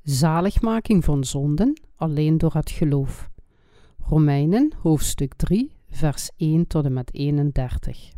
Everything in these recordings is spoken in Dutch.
Zaligmaking van zonden alleen door het geloof. Romeinen hoofdstuk 3 vers 1 tot en met 31.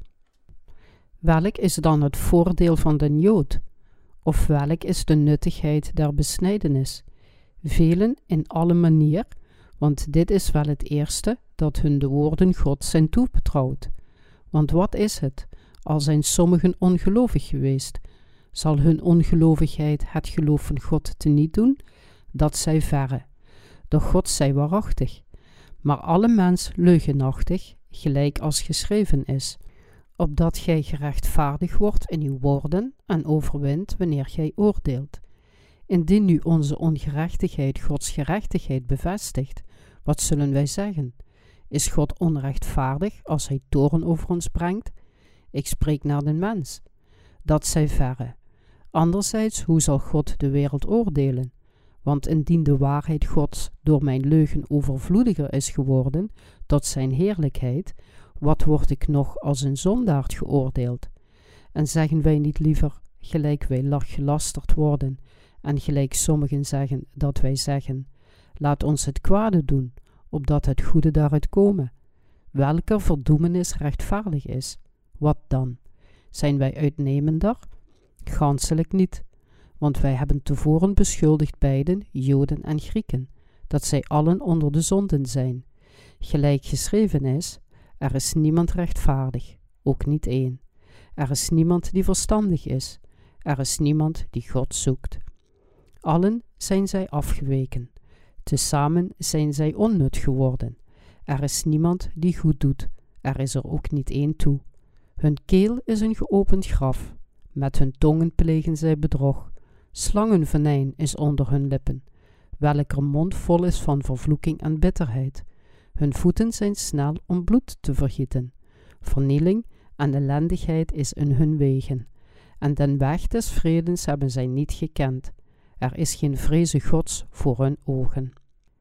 Welk is dan het voordeel van den Jood? Of welk is de nuttigheid der besnijdenis? Velen in alle manier, want dit is wel het eerste dat hun de woorden Gods zijn toebetrouwd. Want wat is het, al zijn sommigen ongelovig geweest? Zal hun ongelovigheid het geloof van God teniet doen? Dat zij verre. Doch God zij waarachtig. Maar alle mens leugenachtig, gelijk als geschreven is, opdat gij gerechtvaardigd wordt in uw woorden en overwint wanneer gij oordeelt. Indien nu onze ongerechtigheid Gods gerechtigheid bevestigt, wat zullen wij zeggen? Is God onrechtvaardig als hij toorn over ons brengt? Ik spreek naar den mens. Dat zij verre. Anderzijds, hoe zal God de wereld oordelen? Want indien de waarheid Gods door mijn leugen overvloediger is geworden tot zijn heerlijkheid, wat word ik nog als een zondaard geoordeeld? En zeggen wij niet liever, gelijk wij gelasterd worden, en gelijk sommigen zeggen dat wij zeggen, laat ons het kwade doen, opdat het goede daaruit komen. Welke verdoemenis rechtvaardig is? Wat dan? Zijn wij uitnemender? Ganselijk niet, want wij hebben tevoren beschuldigd beiden, Joden en Grieken, dat zij allen onder de zonden zijn. Gelijk geschreven is, er is niemand rechtvaardig, ook niet één. Er is niemand die verstandig is, er is niemand die God zoekt. Allen zijn zij afgeweken, tezamen zijn zij onnut geworden. Er is niemand die goed doet, er is er ook niet één toe. Hun keel is een geopend graf, met hun tongen plegen zij bedrog. Slangenvenijn is onder hun lippen, welker mond vol is van vervloeking en bitterheid. Hun voeten zijn snel om bloed te vergieten. Vernieling en ellendigheid is in hun wegen. En den weg des vredens hebben zij niet gekend. Er is geen vreze Gods voor hun ogen.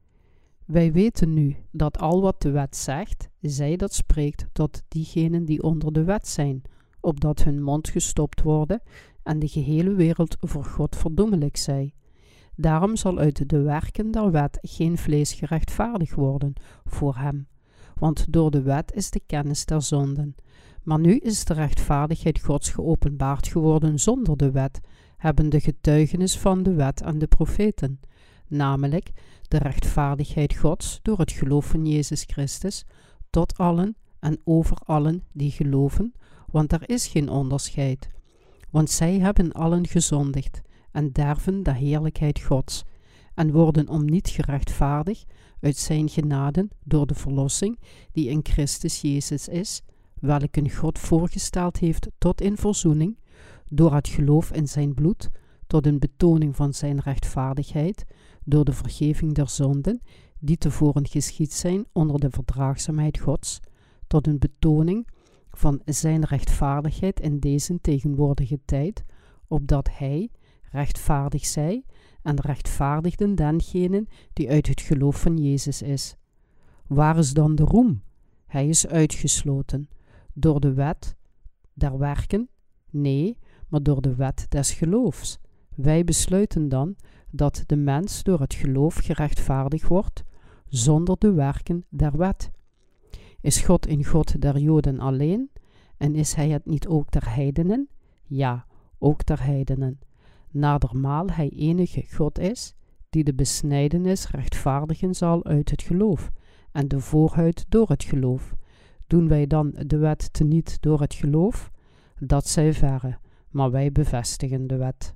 Wij weten nu dat al wat de wet zegt, zij dat spreekt tot diegenen die onder de wet zijn, opdat hun mond gestopt worden en de gehele wereld voor God verdoemelijk zij. Daarom zal uit de werken der wet geen vlees gerechtvaardigd worden voor hem, want door de wet is de kennis der zonden. Maar nu is de rechtvaardigheid Gods geopenbaard geworden zonder de wet, hebben de getuigenis van de wet en de profeten, namelijk de rechtvaardigheid Gods door het geloof van Jezus Christus, tot allen en over allen die geloven, want er is geen onderscheid. Want zij hebben allen gezondigd en derven de heerlijkheid Gods, en worden om niet gerechtvaardigd uit zijn genade door de verlossing die in Christus Jezus is, welke God voorgesteld heeft tot in verzoening, door het geloof in zijn bloed, tot een betoning van zijn rechtvaardigheid, door de vergeving der zonden, die tevoren geschied zijn onder de verdraagzaamheid Gods, tot een betoning van zijn rechtvaardigheid in deze tegenwoordige tijd, opdat hij rechtvaardig zij en rechtvaardigden dengenen die uit het geloof van Jezus is. Waar is dan de roem? Hij is uitgesloten. Door de wet der werken? Nee, maar door de wet des geloofs. Wij besluiten dan dat de mens door het geloof gerechtvaardigd wordt, zonder de werken der wet. Is God een God der Joden alleen? En is hij het niet ook der heidenen? Ja, ook der heidenen. Nadermaal hij enige God is, die de besnijdenis rechtvaardigen zal uit het geloof, en de voorhuid door het geloof. Doen wij dan de wet teniet door het geloof? Dat zij verre, maar wij bevestigen de wet.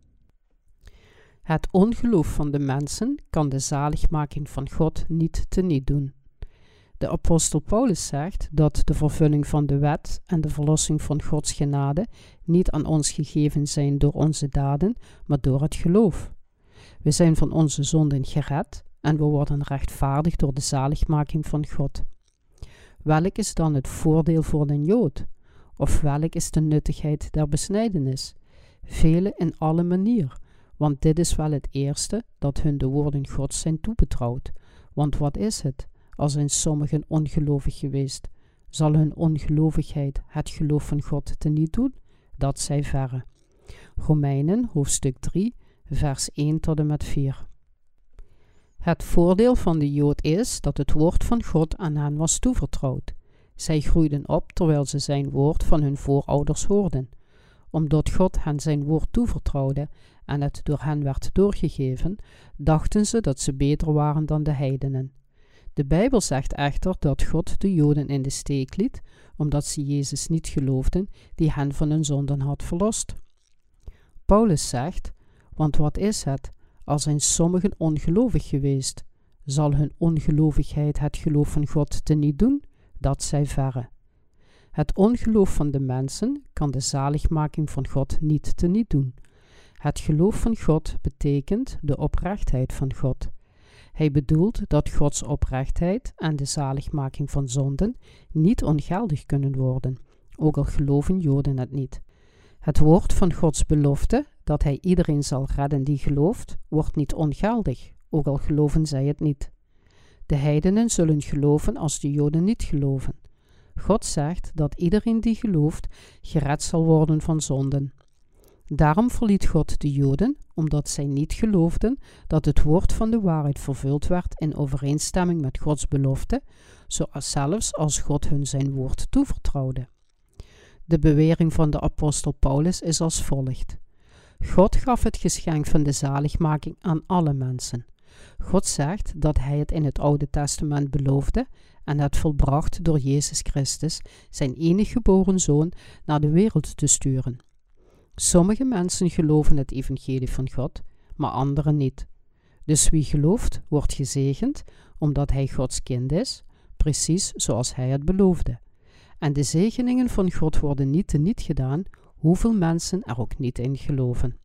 Het ongeloof van de mensen kan de zaligmaking van God niet teniet doen. De apostel Paulus zegt dat de vervulling van de wet en de verlossing van Gods genade niet aan ons gegeven zijn door onze daden, maar door het geloof. We zijn van onze zonden gered en we worden rechtvaardig door de zaligmaking van God. Welk is dan het voordeel voor den Jood? Of welk is de nuttigheid der besnijdenis? Vele in alle manier, want dit is wel het eerste dat hun de woorden Gods zijn toebetrouwd. Want wat is het? Al zijn sommigen ongelovig geweest, zal hun ongelovigheid het geloof van God teniet doen? Dat zij verre. Romeinen hoofdstuk 3 vers 1 tot en met 4. Het voordeel van de Jood is dat het woord van God aan hen was toevertrouwd. Zij groeiden op terwijl ze zijn woord van hun voorouders hoorden. Omdat God hen zijn woord toevertrouwde en het door hen werd doorgegeven, dachten ze dat ze beter waren dan de heidenen. De Bijbel zegt echter dat God de Joden in de steek liet, omdat ze Jezus niet geloofden, die hen van hun zonden had verlost. Paulus zegt, want wat is het? Al zijn sommigen ongelovig geweest. Zal hun ongelovigheid het geloof van God teniet doen? Dat zij verre. Het ongeloof van de mensen kan de zaligmaking van God niet teniet doen. Het geloof van God betekent de oprechtheid van God. Hij bedoelt dat Gods oprechtheid en de zaligmaking van zonden niet ongeldig kunnen worden, ook al geloven Joden het niet. Het woord van Gods belofte, dat hij iedereen zal redden die gelooft, wordt niet ongeldig, ook al geloven zij het niet. De heidenen zullen geloven als de Joden niet geloven. God zegt dat iedereen die gelooft, gered zal worden van zonden. Daarom verliet God de Joden, omdat zij niet geloofden dat het woord van de waarheid vervuld werd in overeenstemming met Gods belofte, zelfs als God hun zijn woord toevertrouwde. De bewering van de apostel Paulus is als volgt. God gaf het geschenk van de zaligmaking aan alle mensen. God zegt dat hij het in het Oude Testament beloofde en het volbracht door Jezus Christus, zijn enige geboren Zoon, naar de wereld te sturen. Sommige mensen geloven het evangelie van God, maar anderen niet. Dus wie gelooft, wordt gezegend, omdat hij Gods kind is, precies zoals hij het beloofde. En de zegeningen van God worden niet teniet gedaan, hoeveel mensen er ook niet in geloven.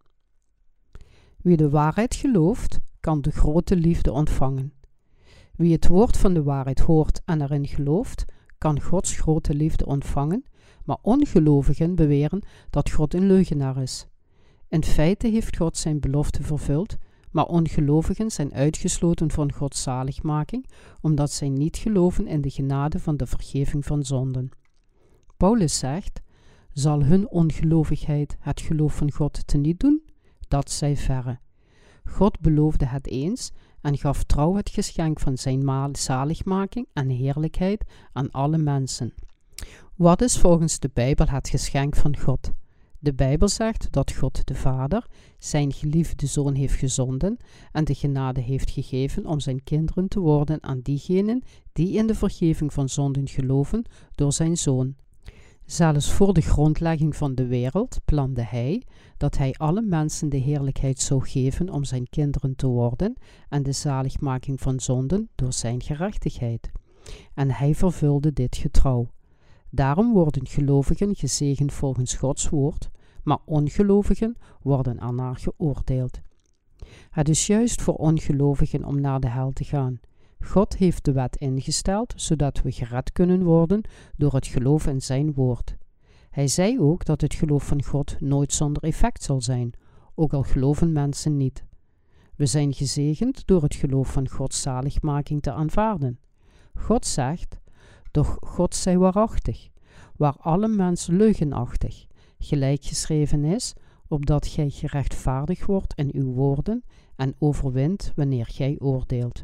Wie de waarheid gelooft, kan de grote liefde ontvangen. Wie het woord van de waarheid hoort en erin gelooft, kan Gods grote liefde ontvangen, maar ongelovigen beweren dat God een leugenaar is. In feite heeft God zijn belofte vervuld, maar ongelovigen zijn uitgesloten van Gods zaligmaking, omdat zij niet geloven in de genade van de vergeving van zonden. Paulus zegt, zal hun ongelovigheid het geloof van God teniet doen? Dat zij verre. God beloofde het eens en gaf trouw het geschenk van zijn zaligmaking en heerlijkheid aan alle mensen. Wat is volgens de Bijbel het geschenk van God? De Bijbel zegt dat God de Vader zijn geliefde Zoon heeft gezonden en de genade heeft gegeven om zijn kinderen te worden aan diegenen die in de vergeving van zonden geloven door zijn Zoon. Zelfs voor de grondlegging van de wereld plande hij dat hij alle mensen de heerlijkheid zou geven om zijn kinderen te worden en de zaligmaking van zonden door zijn gerechtigheid. En hij vervulde dit getrouw. Daarom worden gelovigen gezegend volgens Gods woord, maar ongelovigen worden ernaar geoordeeld. Het is juist voor ongelovigen om naar de hel te gaan. God heeft de wet ingesteld, zodat we gered kunnen worden door het geloof in zijn woord. Hij zei ook dat het geloof van God nooit zonder effect zal zijn, ook al geloven mensen niet. We zijn gezegend door het geloof van Gods zaligmaking te aanvaarden. God zegt, doch God zij waarachtig, waar alle mensen leugenachtig, gelijk geschreven is, opdat gij gerechtvaardigd wordt in uw woorden en overwint wanneer gij oordeelt.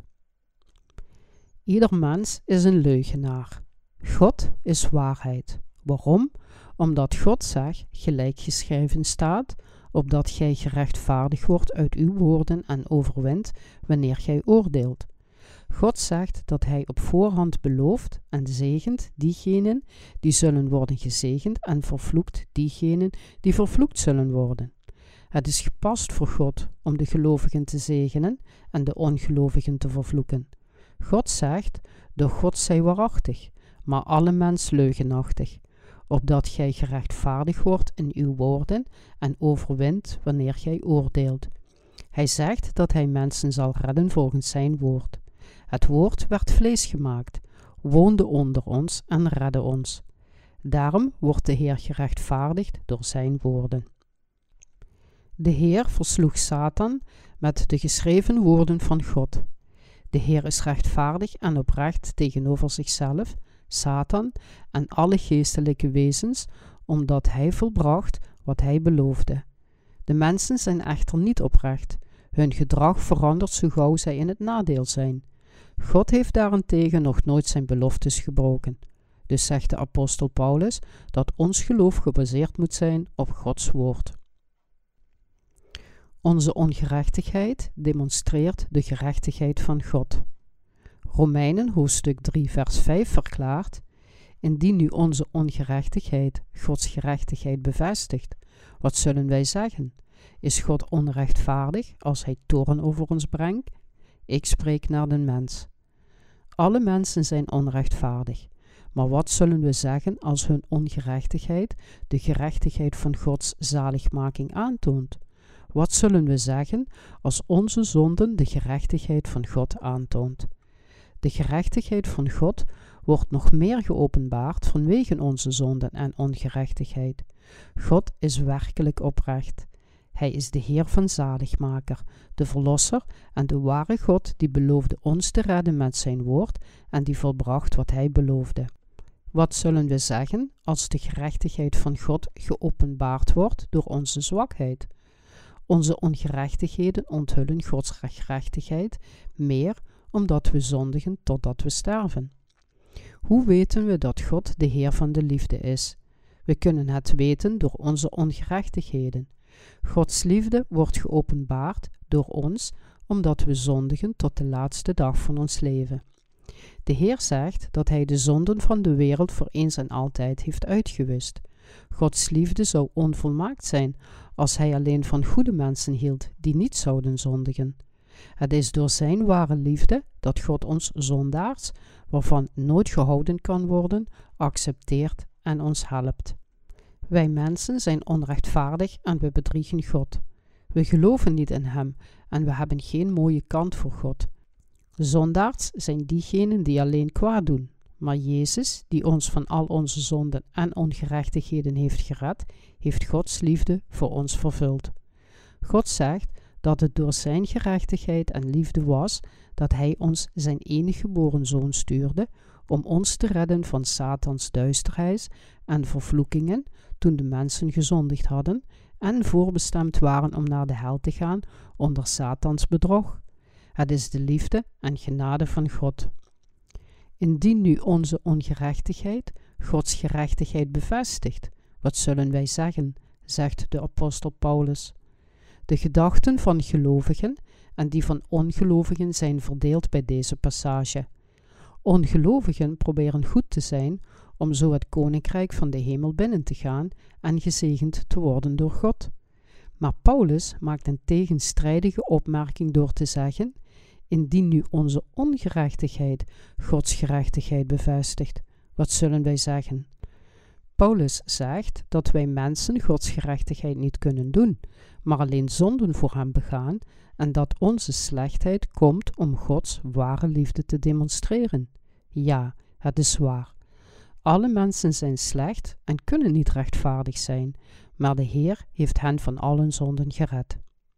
Ieder mens is een leugenaar. God is waarheid. Waarom? Omdat God zegt, gelijk geschreven staat, opdat gij gerechtvaardigd wordt uit uw woorden en overwint wanneer gij oordeelt. God zegt dat hij op voorhand belooft en zegent diegenen die zullen worden gezegend en vervloekt diegenen die vervloekt zullen worden. Het is gepast voor God om de gelovigen te zegenen en de ongelovigen te vervloeken. God zegt, door God zij waarachtig, maar alle mens leugenachtig, opdat gij gerechtvaardigd wordt in uw woorden en overwint wanneer gij oordeelt. Hij zegt dat hij mensen zal redden volgens zijn woord. Het woord werd vlees gemaakt, woonde onder ons en redde ons. Daarom wordt de Heer gerechtvaardigd door zijn woorden. De Heer versloeg Satan met de geschreven woorden van God. De Heer is rechtvaardig en oprecht tegenover zichzelf, Satan en alle geestelijke wezens, omdat hij volbracht wat hij beloofde. De mensen zijn echter niet oprecht. Hun gedrag verandert zo gauw zij in het nadeel zijn. God heeft daarentegen nog nooit zijn beloftes gebroken. Dus zegt de apostel Paulus dat ons geloof gebaseerd moet zijn op Gods woord. Onze ongerechtigheid demonstreert de gerechtigheid van God. Romeinen hoofdstuk 3 vers 5 verklaart: indien nu onze ongerechtigheid Gods gerechtigheid bevestigt, wat zullen wij zeggen? Is God onrechtvaardig als hij toorn over ons brengt? Ik spreek naar de mens. Alle mensen zijn onrechtvaardig. Maar wat zullen we zeggen als hun ongerechtigheid de gerechtigheid van Gods zaligmaking aantoont? Wat zullen we zeggen als onze zonden de gerechtigheid van God aantoont? De gerechtigheid van God wordt nog meer geopenbaard vanwege onze zonden en ongerechtigheid. God is werkelijk oprecht. Hij is de Heer van zaligmaker, de Verlosser en de ware God die beloofde ons te redden met zijn woord en die volbracht wat hij beloofde. Wat zullen we zeggen als de gerechtigheid van God geopenbaard wordt door onze zwakheid? Onze ongerechtigheden onthullen Gods gerechtigheid meer omdat we zondigen totdat we sterven. Hoe weten we dat God de Heer van de liefde is? We kunnen het weten door onze ongerechtigheden. Gods liefde wordt geopenbaard door ons omdat we zondigen tot de laatste dag van ons leven. De Heer zegt dat hij de zonden van de wereld voor eens en altijd heeft uitgewist. Gods liefde zou onvolmaakt zijn als hij alleen van goede mensen hield die niet zouden zondigen. Het is door zijn ware liefde dat God ons zondaars, waarvan nooit gehouden kan worden, accepteert en ons helpt. Wij mensen zijn onrechtvaardig en we bedriegen God. We geloven niet in hem en we hebben geen mooie kant voor God. Zondaars zijn diegenen die alleen kwaad doen, maar Jezus, die ons van al onze zonden en ongerechtigheden heeft gered, heeft Gods liefde voor ons vervuld. God zegt dat het door zijn gerechtigheid en liefde was dat hij ons zijn enige geboren zoon stuurde om ons te redden van Satans duisternis en vervloekingen toen de mensen gezondigd hadden en voorbestemd waren om naar de hel te gaan onder Satans bedrog. Het is de liefde en genade van God. Indien nu onze ongerechtigheid Gods gerechtigheid bevestigt, wat zullen wij zeggen, zegt de apostel Paulus. De gedachten van gelovigen en die van ongelovigen zijn verdeeld bij deze passage. Ongelovigen proberen goed te zijn om zo het koninkrijk van de hemel binnen te gaan en gezegend te worden door God. Maar Paulus maakt een tegenstrijdige opmerking door te zeggen: indien nu onze ongerechtigheid Gods gerechtigheid bevestigt, wat zullen wij zeggen? Paulus zegt dat wij mensen Gods gerechtigheid niet kunnen doen, maar alleen zonden voor hem begaan en dat onze slechtheid komt om Gods ware liefde te demonstreren. Ja, het is waar. Alle mensen zijn slecht en kunnen niet rechtvaardig zijn, maar de Heer heeft hen van allen zonden gered.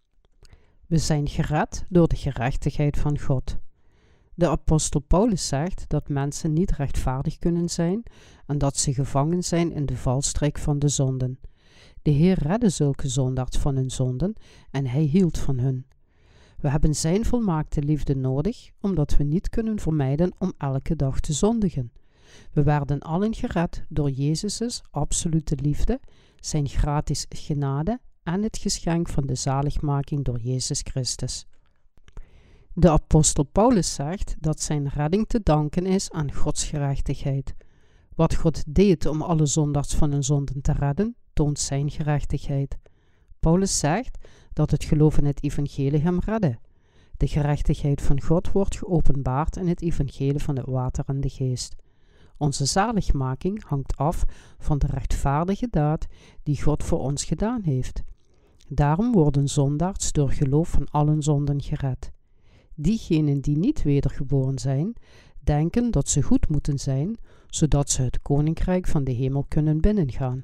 We zijn gered door de gerechtigheid van God. De apostel Paulus zegt dat mensen niet rechtvaardig kunnen zijn en dat ze gevangen zijn in de valstrik van de zonden. De Heer redde zulke zondaars van hun zonden en hij hield van hun. We hebben zijn volmaakte liefde nodig, omdat we niet kunnen vermijden om elke dag te zondigen. We werden allen gered door Jezus' absolute liefde, zijn gratis genade en het geschenk van de zaligmaking door Jezus Christus. De apostel Paulus zegt dat zijn redding te danken is aan Gods gerechtigheid. Wat God deed om alle zondaars van hun zonden te redden, toont zijn gerechtigheid. Paulus zegt dat het geloof in het evangelie hem redde. De gerechtigheid van God wordt geopenbaard in het evangelie van het water en de geest. Onze zaligmaking hangt af van de rechtvaardige daad die God voor ons gedaan heeft. Daarom worden zondaars door geloof van allen zonden gered. Diegenen die niet wedergeboren zijn, denken dat ze goed moeten zijn, zodat ze het koninkrijk van de hemel kunnen binnengaan.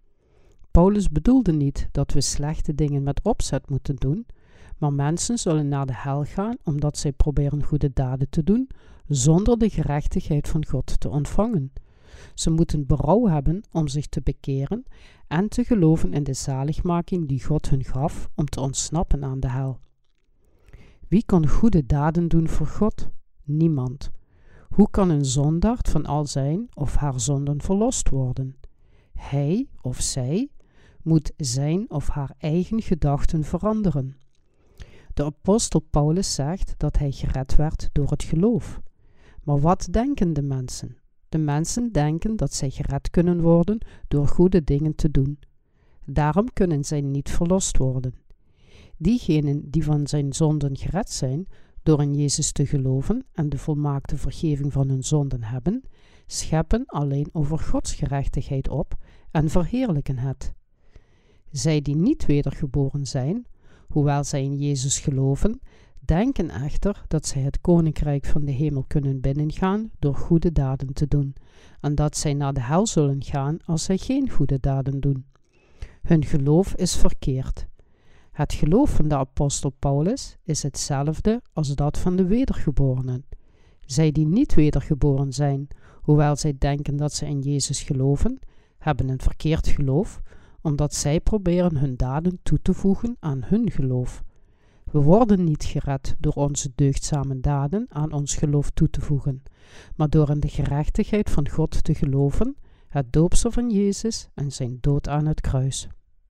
Paulus bedoelde niet dat we slechte dingen met opzet moeten doen, maar mensen zullen naar de hel gaan omdat zij proberen goede daden te doen, zonder de gerechtigheid van God te ontvangen. Ze moeten berouw hebben om zich te bekeren en te geloven in de zaligmaking die God hun gaf om te ontsnappen aan de hel. Wie kan goede daden doen voor God? Niemand. Hoe kan een zondaard van al zijn of haar zonden verlost worden? Hij of zij moet zijn of haar eigen gedachten veranderen. De apostel Paulus zegt dat hij gered werd door het geloof. Maar wat denken de mensen? De mensen denken dat zij gered kunnen worden door goede dingen te doen. Daarom kunnen zij niet verlost worden. Diegenen die van zijn zonden gered zijn, door in Jezus te geloven en de volmaakte vergeving van hun zonden hebben, scheppen alleen over Gods gerechtigheid op en verheerlijken het. Zij die niet wedergeboren zijn, hoewel zij in Jezus geloven, denken echter dat zij het koninkrijk van de hemel kunnen binnengaan door goede daden te doen, en dat zij naar de hel zullen gaan als zij geen goede daden doen. Hun geloof is verkeerd. Het geloof van de apostel Paulus is hetzelfde als dat van de wedergeborenen. Zij die niet wedergeboren zijn, hoewel zij denken dat zij in Jezus geloven, hebben een verkeerd geloof, omdat zij proberen hun daden toe te voegen aan hun geloof. We worden niet gered door onze deugdzame daden aan ons geloof toe te voegen, maar door in de gerechtigheid van God te geloven, het doopsel van Jezus en zijn dood aan het kruis.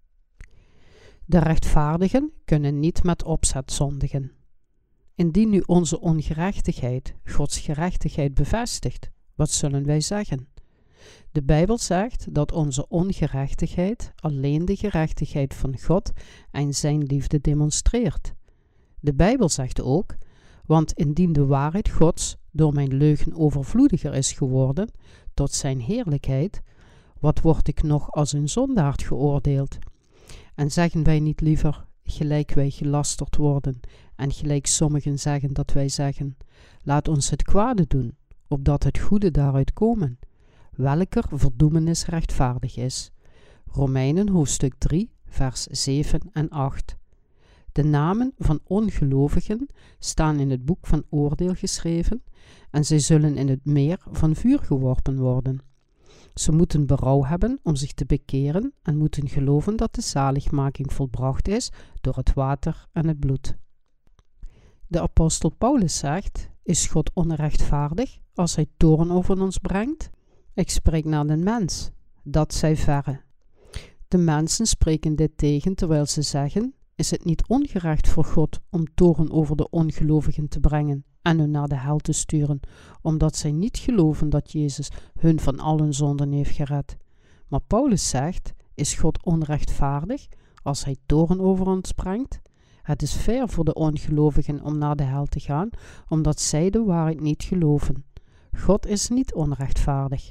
De rechtvaardigen kunnen niet met opzet zondigen. Indien nu onze ongerechtigheid Gods gerechtigheid bevestigt, wat zullen wij zeggen? De Bijbel zegt dat onze ongerechtigheid alleen de gerechtigheid van God en zijn liefde demonstreert. De Bijbel zegt ook, want indien de waarheid Gods door mijn leugen overvloediger is geworden, tot zijn heerlijkheid, wat word ik nog als een zondaard geoordeeld? En zeggen wij niet liever, gelijk wij gelasterd worden, en gelijk sommigen zeggen dat wij zeggen, laat ons het kwade doen, opdat het goede daaruit komen, welker verdoemenis rechtvaardig is. Romeinen hoofdstuk 3, vers 7 en 8. De namen van ongelovigen staan in het boek van oordeel geschreven en zij zullen in het meer van vuur geworpen worden. Ze moeten berouw hebben om zich te bekeren en moeten geloven dat de zaligmaking volbracht is door het water en het bloed. De apostel Paulus zegt, is God onrechtvaardig als hij toorn over ons brengt? Ik spreek naar de mens, dat zij verre. De mensen spreken dit tegen terwijl ze zeggen, is het niet ongerecht voor God om toorn over de ongelovigen te brengen en hun naar de hel te sturen, omdat zij niet geloven dat Jezus hun van al hun zonden heeft gered. Maar Paulus zegt, is God onrechtvaardig als hij toorn over ons brengt? Het is ver voor de ongelovigen om naar de hel te gaan, omdat zij de waarheid niet geloven. God is niet onrechtvaardig.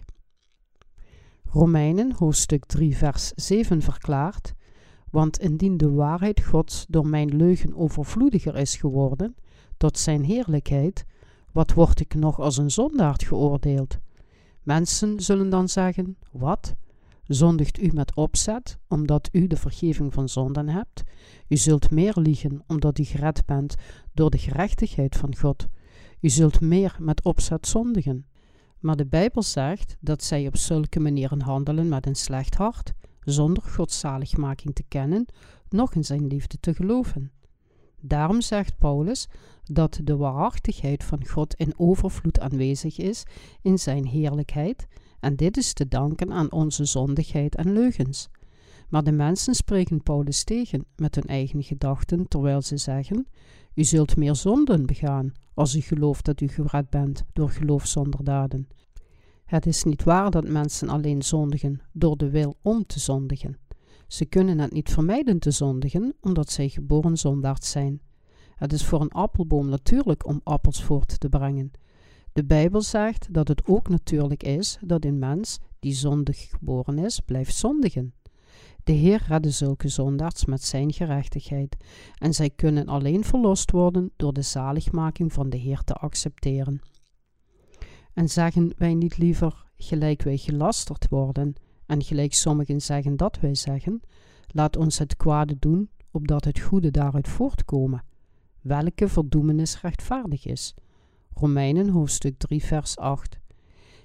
Romeinen hoofdstuk 3 vers 7 verklaart, want indien de waarheid Gods door mijn leugen overvloediger is geworden, tot zijn heerlijkheid, wat word ik nog als een zondaard geoordeeld? Mensen zullen dan zeggen, wat? Zondigt u met opzet, omdat u de vergeving van zonden hebt? U zult meer liegen, omdat u gered bent door de gerechtigheid van God. U zult meer met opzet zondigen. Maar de Bijbel zegt dat zij op zulke manieren handelen met een slecht hart, zonder Gods zaligmaking te kennen, noch in zijn liefde te geloven. Daarom zegt Paulus dat de waarachtigheid van God in overvloed aanwezig is in zijn heerlijkheid, en dit is te danken aan onze zondigheid en leugens. Maar de mensen spreken Paulus tegen met hun eigen gedachten, terwijl ze zeggen, u zult meer zonden begaan, als u gelooft dat u gered bent door geloof zonder daden. Het is niet waar dat mensen alleen zondigen door de wil om te zondigen. Ze kunnen het niet vermijden te zondigen, omdat zij geboren zondaards zijn. Het is voor een appelboom natuurlijk om appels voort te brengen. De Bijbel zegt dat het ook natuurlijk is dat een mens die zondig geboren is, blijft zondigen. De Heer redde zulke zondaards met zijn gerechtigheid, en zij kunnen alleen verlost worden door de zaligmaking van de Heer te accepteren. En zeggen wij niet liever, gelijk wij gelasterd worden, en gelijk sommigen zeggen dat wij zeggen, laat ons het kwade doen, opdat het goede daaruit voortkomen, welke verdoemenis rechtvaardig is. Romeinen hoofdstuk 3 vers 8.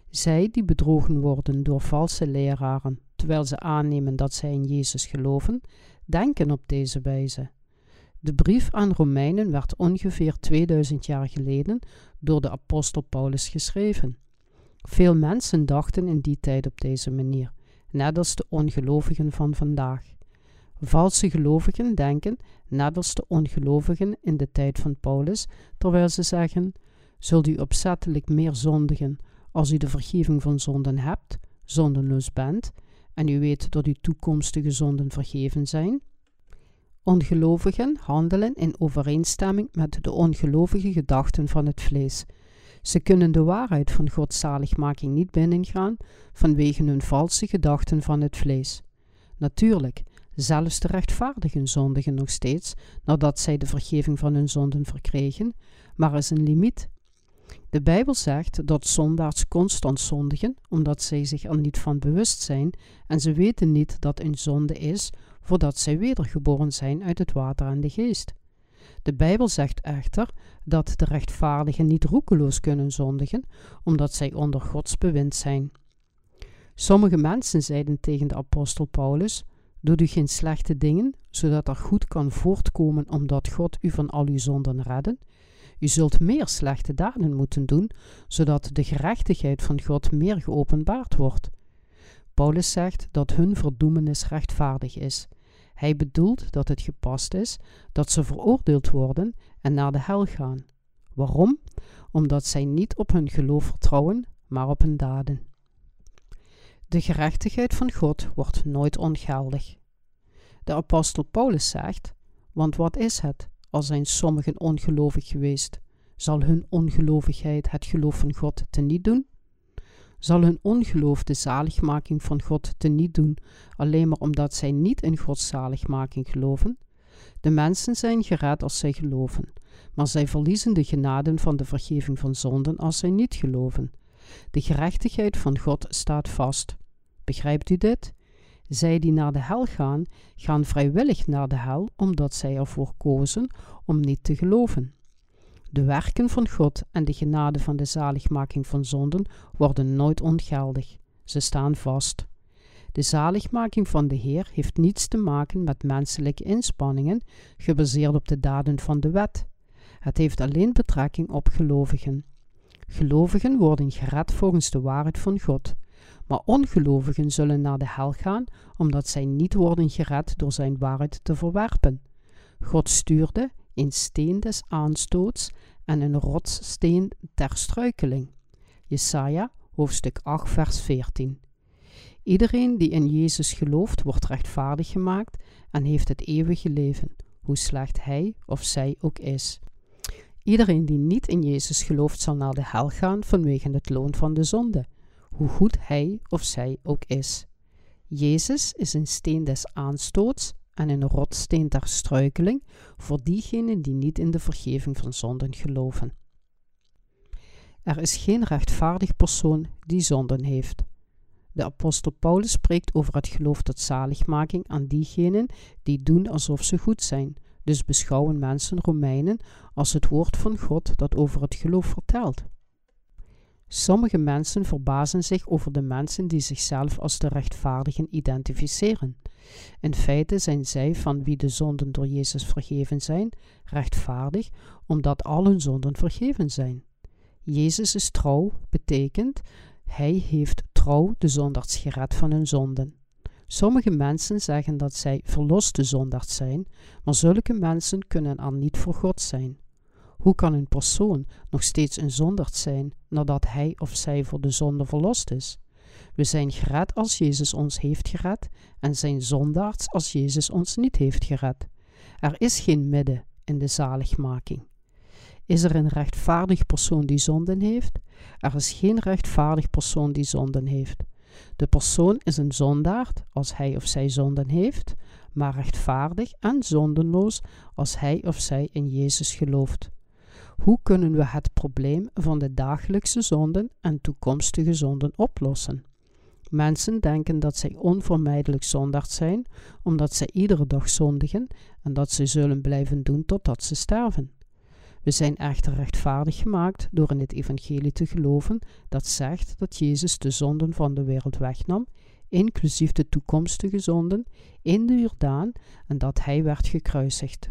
Zij die bedrogen worden door valse leraren, terwijl ze aannemen dat zij in Jezus geloven, denken op deze wijze. De brief aan Romeinen werd ongeveer 2000 jaar geleden door de apostel Paulus geschreven. Veel mensen dachten in die tijd op deze manier, net als de ongelovigen van vandaag. Valse gelovigen denken, net als de ongelovigen in de tijd van Paulus, terwijl ze zeggen: zult u opzettelijk meer zondigen als u de vergeving van zonden hebt, zondenloos bent, en u weet dat uw toekomstige zonden vergeven zijn? Ongelovigen handelen in overeenstemming met de ongelovige gedachten van het vlees. Ze kunnen de waarheid van Gods zaligmaking niet binnengaan vanwege hun valse gedachten van het vlees. Natuurlijk, zelfs de rechtvaardigen zondigen nog steeds nadat zij de vergeving van hun zonden verkregen, maar er is een limiet. De Bijbel zegt dat zondaars constant zondigen, omdat zij zich er niet van bewust zijn en ze weten niet dat een zonde is, voordat zij wedergeboren zijn uit het water en de geest. De Bijbel zegt echter dat de rechtvaardigen niet roekeloos kunnen zondigen, omdat zij onder Gods bewind zijn. Sommige mensen zeiden tegen de apostel Paulus: doet u geen slechte dingen, zodat er goed kan voortkomen omdat God u van al uw zonden redde? U zult meer slechte daden moeten doen, zodat de gerechtigheid van God meer geopenbaard wordt. Paulus zegt dat hun verdoemenis rechtvaardig is. Hij bedoelt dat het gepast is dat ze veroordeeld worden en naar de hel gaan. Waarom? Omdat zij niet op hun geloof vertrouwen, maar op hun daden. De gerechtigheid van God wordt nooit ongeldig. De apostel Paulus zegt: want wat is het? Al zijn sommigen ongelovig geweest, zal hun ongelovigheid het geloof van God teniet doen? Zal hun ongeloof de zaligmaking van God teniet doen, alleen maar omdat zij niet in Gods zaligmaking geloven? De mensen zijn gered als zij geloven, maar zij verliezen de genaden van de vergeving van zonden als zij niet geloven. De gerechtigheid van God staat vast. Begrijpt u dit? Zij die naar de hel gaan, gaan vrijwillig naar de hel, omdat zij ervoor kozen om niet te geloven. De werken van God en de genade van de zaligmaking van zonden worden nooit ongeldig. Ze staan vast. De zaligmaking van de Heer heeft niets te maken met menselijke inspanningen, gebaseerd op de daden van de wet. Het heeft alleen betrekking op gelovigen. Gelovigen worden gered volgens de waarheid van God. Maar ongelovigen zullen naar de hel gaan, omdat zij niet worden gered door zijn waarheid te verwerpen. God stuurde een steen des aanstoots en een rotssteen ter struikeling. Jesaja, hoofdstuk 8, vers 14. Iedereen die in Jezus gelooft, wordt rechtvaardig gemaakt en heeft het eeuwige leven, hoe slecht hij of zij ook is. Iedereen die niet in Jezus gelooft, zal naar de hel gaan vanwege het loon van de zonde, hoe goed hij of zij ook is. Jezus is een steen des aanstoots en een rotssteen ter struikeling voor diegenen die niet in de vergeving van zonden geloven. Er is geen rechtvaardig persoon die zonden heeft. De apostel Paulus spreekt over het geloof tot zaligmaking aan diegenen die doen alsof ze goed zijn, dus beschouwen mensen Romeinen als het woord van God dat over het geloof vertelt. Sommige mensen verbazen zich over de mensen die zichzelf als de rechtvaardigen identificeren. In feite zijn zij, van wie de zonden door Jezus vergeven zijn, rechtvaardig, omdat al hun zonden vergeven zijn. Jezus is trouw, betekent, hij heeft trouw de zondaars gered van hun zonden. Sommige mensen zeggen dat zij verloste zondaars zijn, maar zulke mensen kunnen er niet voor God zijn. Hoe kan een persoon nog steeds een zondaard zijn nadat hij of zij voor de zonde verlost is? We zijn gered als Jezus ons heeft gered en zijn zondaards als Jezus ons niet heeft gered. Er is geen midden in de zaligmaking. Is er een rechtvaardig persoon die zonden heeft? Er is geen rechtvaardig persoon die zonden heeft. De persoon is een zondaard als hij of zij zonden heeft, maar rechtvaardig en zondenloos als hij of zij in Jezus gelooft. Hoe kunnen we het probleem van de dagelijkse zonden en toekomstige zonden oplossen? Mensen denken dat zij onvermijdelijk zondaard zijn, omdat zij iedere dag zondigen en dat ze zullen blijven doen totdat ze sterven. We zijn echter rechtvaardig gemaakt door in het evangelie te geloven dat zegt dat Jezus de zonden van de wereld wegnam, inclusief de toekomstige zonden, in de Jordaan en dat hij werd gekruisigd.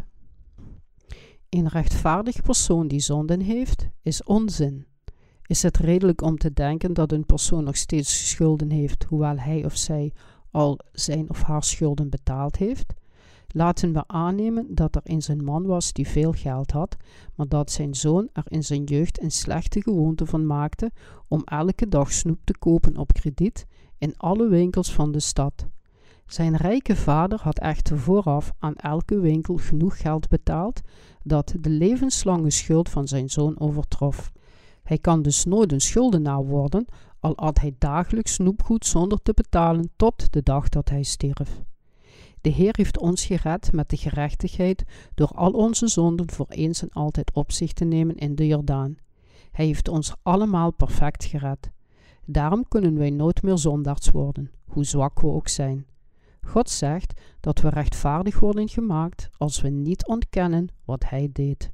Een rechtvaardig persoon die zonden heeft, is onzin. Is het redelijk om te denken dat een persoon nog steeds schulden heeft, hoewel hij of zij al zijn of haar schulden betaald heeft? Laten we aannemen dat er eens een man was die veel geld had, maar dat zijn zoon er in zijn jeugd een slechte gewoonte van maakte om elke dag snoep te kopen op krediet in alle winkels van de stad. Zijn rijke vader had echter vooraf aan elke winkel genoeg geld betaald dat de levenslange schuld van zijn zoon overtrof. Hij kan dus nooit een schuldenaar worden, al at hij dagelijks snoepgoed zonder te betalen tot de dag dat hij stierf. De Heer heeft ons gered met de gerechtigheid door al onze zonden voor eens en altijd op zich te nemen in de Jordaan. Hij heeft ons allemaal perfect gered. Daarom kunnen wij nooit meer zondaars worden, hoe zwak we ook zijn. God zegt dat we rechtvaardig worden gemaakt als we niet ontkennen wat Hij deed.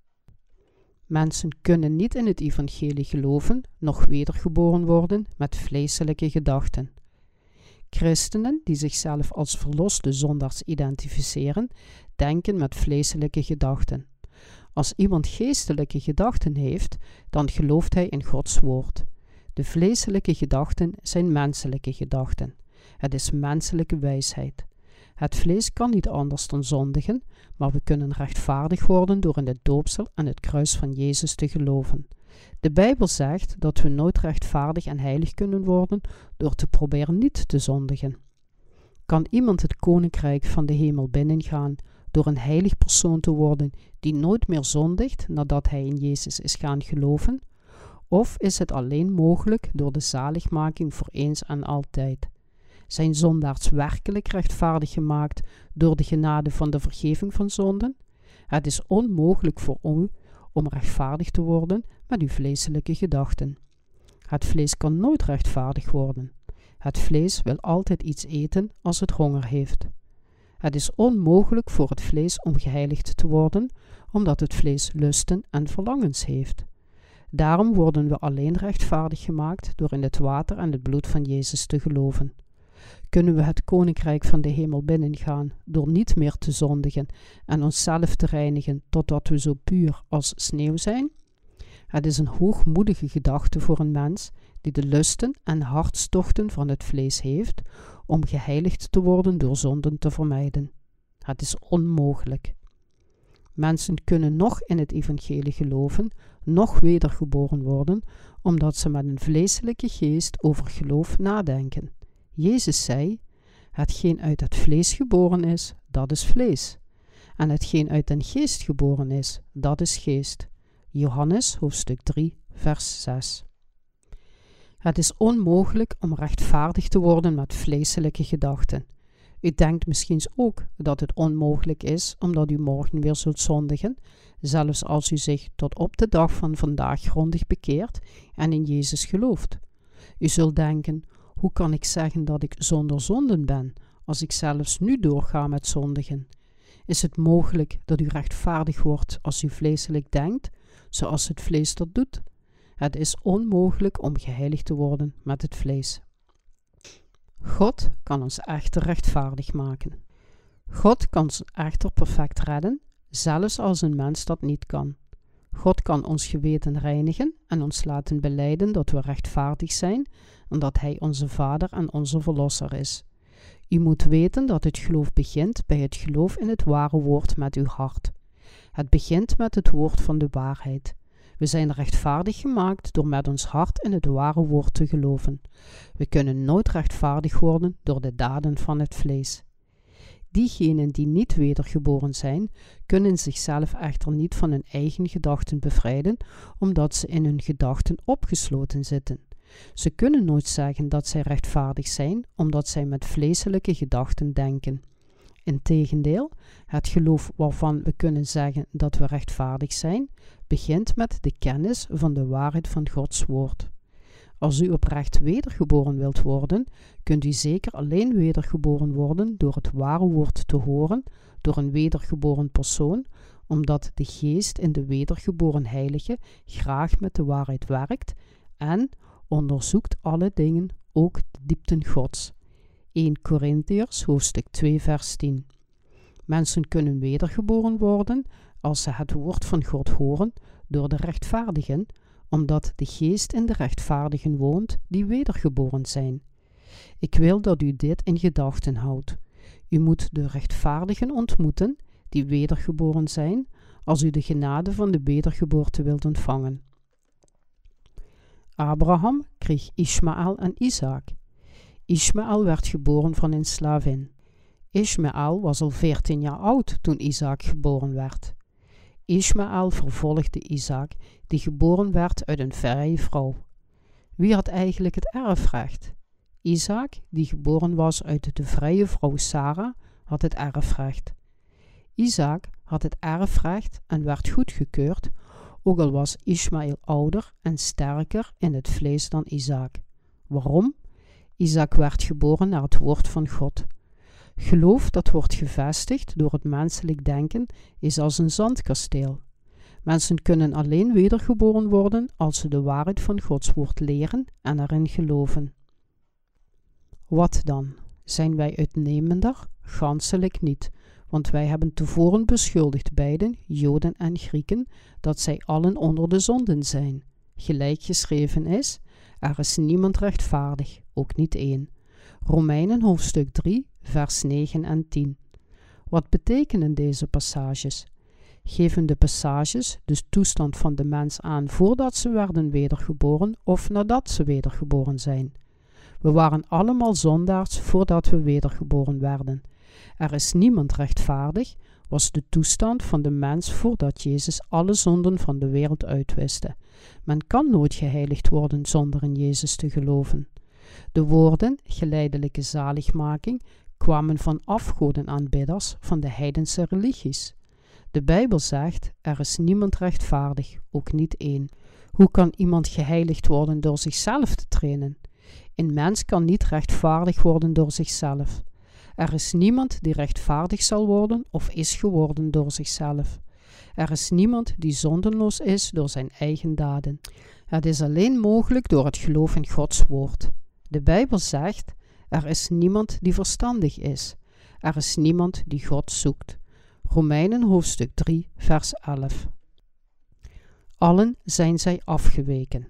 Mensen kunnen niet in het evangelie geloven, noch wedergeboren worden met vleeselijke gedachten. Christenen die zichzelf als verloste zondaars identificeren, denken met vleeselijke gedachten. Als iemand geestelijke gedachten heeft, dan gelooft hij in Gods woord. De vleeselijke gedachten zijn menselijke gedachten. Het is menselijke wijsheid. Het vlees kan niet anders dan zondigen, maar we kunnen rechtvaardig worden door in het doopsel en het kruis van Jezus te geloven. De Bijbel zegt dat we nooit rechtvaardig en heilig kunnen worden door te proberen niet te zondigen. Kan iemand het koninkrijk van de hemel binnengaan door een heilig persoon te worden die nooit meer zondigt nadat hij in Jezus is gaan geloven? Of is het alleen mogelijk door de zaligmaking voor eens en altijd? Zijn zondaars werkelijk rechtvaardig gemaakt door de genade van de vergeving van zonden? Het is onmogelijk voor u om rechtvaardig te worden met uw vleeselijke gedachten. Het vlees kan nooit rechtvaardig worden. Het vlees wil altijd iets eten als het honger heeft. Het is onmogelijk voor het vlees om geheiligd te worden, omdat het vlees lusten en verlangens heeft. Daarom worden we alleen rechtvaardig gemaakt door in het water en het bloed van Jezus te geloven. Kunnen we het koninkrijk van de hemel binnengaan door niet meer te zondigen en onszelf te reinigen totdat we zo puur als sneeuw zijn? Het is een hoogmoedige gedachte voor een mens die de lusten en hartstochten van het vlees heeft om geheiligd te worden door zonden te vermijden. Het is onmogelijk. Mensen kunnen nog in het evangelie geloven, nog wedergeboren worden, omdat ze met een vleeselijke geest over geloof nadenken. Jezus zei, hetgeen uit het vlees geboren is, dat is vlees. En hetgeen uit den geest geboren is, dat is geest. Johannes hoofdstuk 3, vers 6. Het is onmogelijk om rechtvaardig te worden met vleeselijke gedachten. U denkt misschien ook dat het onmogelijk is, omdat u morgen weer zult zondigen, zelfs als u zich tot op de dag van vandaag grondig bekeert en in Jezus gelooft. U zult denken, hoe kan ik zeggen dat ik zonder zonden ben, als ik zelfs nu doorga met zondigen? Is het mogelijk dat u rechtvaardig wordt als u vleeselijk denkt, zoals het vlees dat doet? Het is onmogelijk om geheiligd te worden met het vlees. God kan ons echter rechtvaardig maken. God kan ons echter perfect redden, zelfs als een mens dat niet kan. God kan ons geweten reinigen en ons laten belijden dat we rechtvaardig zijn en dat Hij onze Vader en onze Verlosser is. U moet weten dat het geloof begint bij het geloof in het ware woord met uw hart. Het begint met het woord van de waarheid. We zijn rechtvaardig gemaakt door met ons hart in het ware woord te geloven. We kunnen nooit rechtvaardig worden door de daden van het vlees. Diegenen die niet wedergeboren zijn, kunnen zichzelf echter niet van hun eigen gedachten bevrijden, omdat ze in hun gedachten opgesloten zitten. Ze kunnen nooit zeggen dat zij rechtvaardig zijn, omdat zij met vleeselijke gedachten denken. Integendeel, het geloof waarvan we kunnen zeggen dat we rechtvaardig zijn, begint met de kennis van de waarheid van Gods woord. Als u oprecht wedergeboren wilt worden, kunt u zeker alleen wedergeboren worden door het ware woord te horen, door een wedergeboren persoon, omdat de geest in de wedergeboren heilige graag met de waarheid werkt en onderzoekt alle dingen, ook de diepten Gods. 1 Korintiërs hoofdstuk 2 vers 10. Mensen kunnen wedergeboren worden als ze het woord van God horen door de rechtvaardigen, omdat de geest in de rechtvaardigen woont die wedergeboren zijn. Ik wil dat u dit in gedachten houdt. U moet de rechtvaardigen ontmoeten die wedergeboren zijn, als u de genade van de wedergeboorte wilt ontvangen. Abraham kreeg Ismaël en Isaac. Ismaël werd geboren van een slavin. Ismaël was al 14 jaar oud toen Isaac geboren werd. Ismaël vervolgde Isaac, die geboren werd uit een vrije vrouw. Wie had eigenlijk het erfrecht? Isaac, die geboren was uit de vrije vrouw Sarah, had het erfrecht. Isaac had het erfrecht en werd goedgekeurd, ook al was Ismaël ouder en sterker in het vlees dan Isaac. Waarom? Isaac werd geboren naar het woord van God. Geloof dat wordt gevestigd door het menselijk denken is als een zandkasteel. Mensen kunnen alleen wedergeboren worden als ze de waarheid van Gods woord leren en erin geloven. Wat dan? Zijn wij uitnemender? Ganselijk niet, want wij hebben tevoren beschuldigd beiden, Joden en Grieken, dat zij allen onder de zonden zijn. Gelijk geschreven is, er is niemand rechtvaardig, ook niet één. Romeinen hoofdstuk 3, vers 9 en 10. Wat betekenen deze passages? Geven de passages de toestand van de mens aan voordat ze werden wedergeboren of nadat ze wedergeboren zijn? We waren allemaal zondaars voordat we wedergeboren werden. Er is niemand rechtvaardig, was de toestand van de mens voordat Jezus alle zonden van de wereld uitwiste. Men kan nooit geheiligd worden zonder in Jezus te geloven. De woorden, geleidelijke zaligmaking, kwamen van afgodenaanbidders van de heidense religies. De Bijbel zegt, er is niemand rechtvaardig, ook niet één. Hoe kan iemand geheiligd worden door zichzelf te trainen? Een mens kan niet rechtvaardig worden door zichzelf. Er is niemand die rechtvaardig zal worden of is geworden door zichzelf. Er is niemand die zondeloos is door zijn eigen daden. Het is alleen mogelijk door het geloof in Gods woord. De Bijbel zegt, er is niemand die verstandig is. Er is niemand die God zoekt. Romeinen hoofdstuk 3, vers 11. Allen zijn zij afgeweken.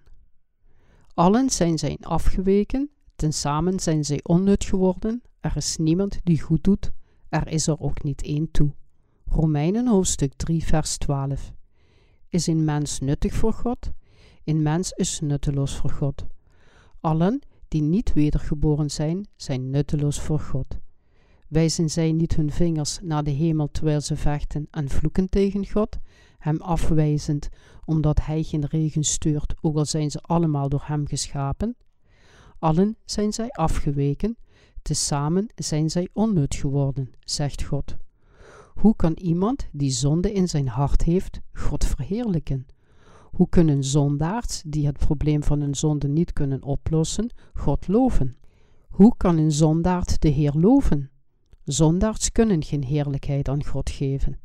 Allen zijn zij afgeweken, tezamen zijn zij onnut geworden. Er is niemand die goed doet, er is er ook niet één toe. Romeinen hoofdstuk 3, vers 12. Is een mens nuttig voor God? Een mens is nutteloos voor God. Allen die niet wedergeboren zijn, zijn nutteloos voor God. Wijzen zij niet hun vingers naar de hemel terwijl ze vechten en vloeken tegen God, hem afwijzend, omdat hij geen regen stuurt, ook al zijn ze allemaal door hem geschapen? Allen zijn zij afgeweken, tezamen zijn zij onnut geworden, zegt God. Hoe kan iemand die zonde in zijn hart heeft, God verheerlijken? Hoe kunnen zondaars, die het probleem van hun zonde niet kunnen oplossen, God loven? Hoe kan een zondaard de Heer loven? Zondaars kunnen geen heerlijkheid aan God geven.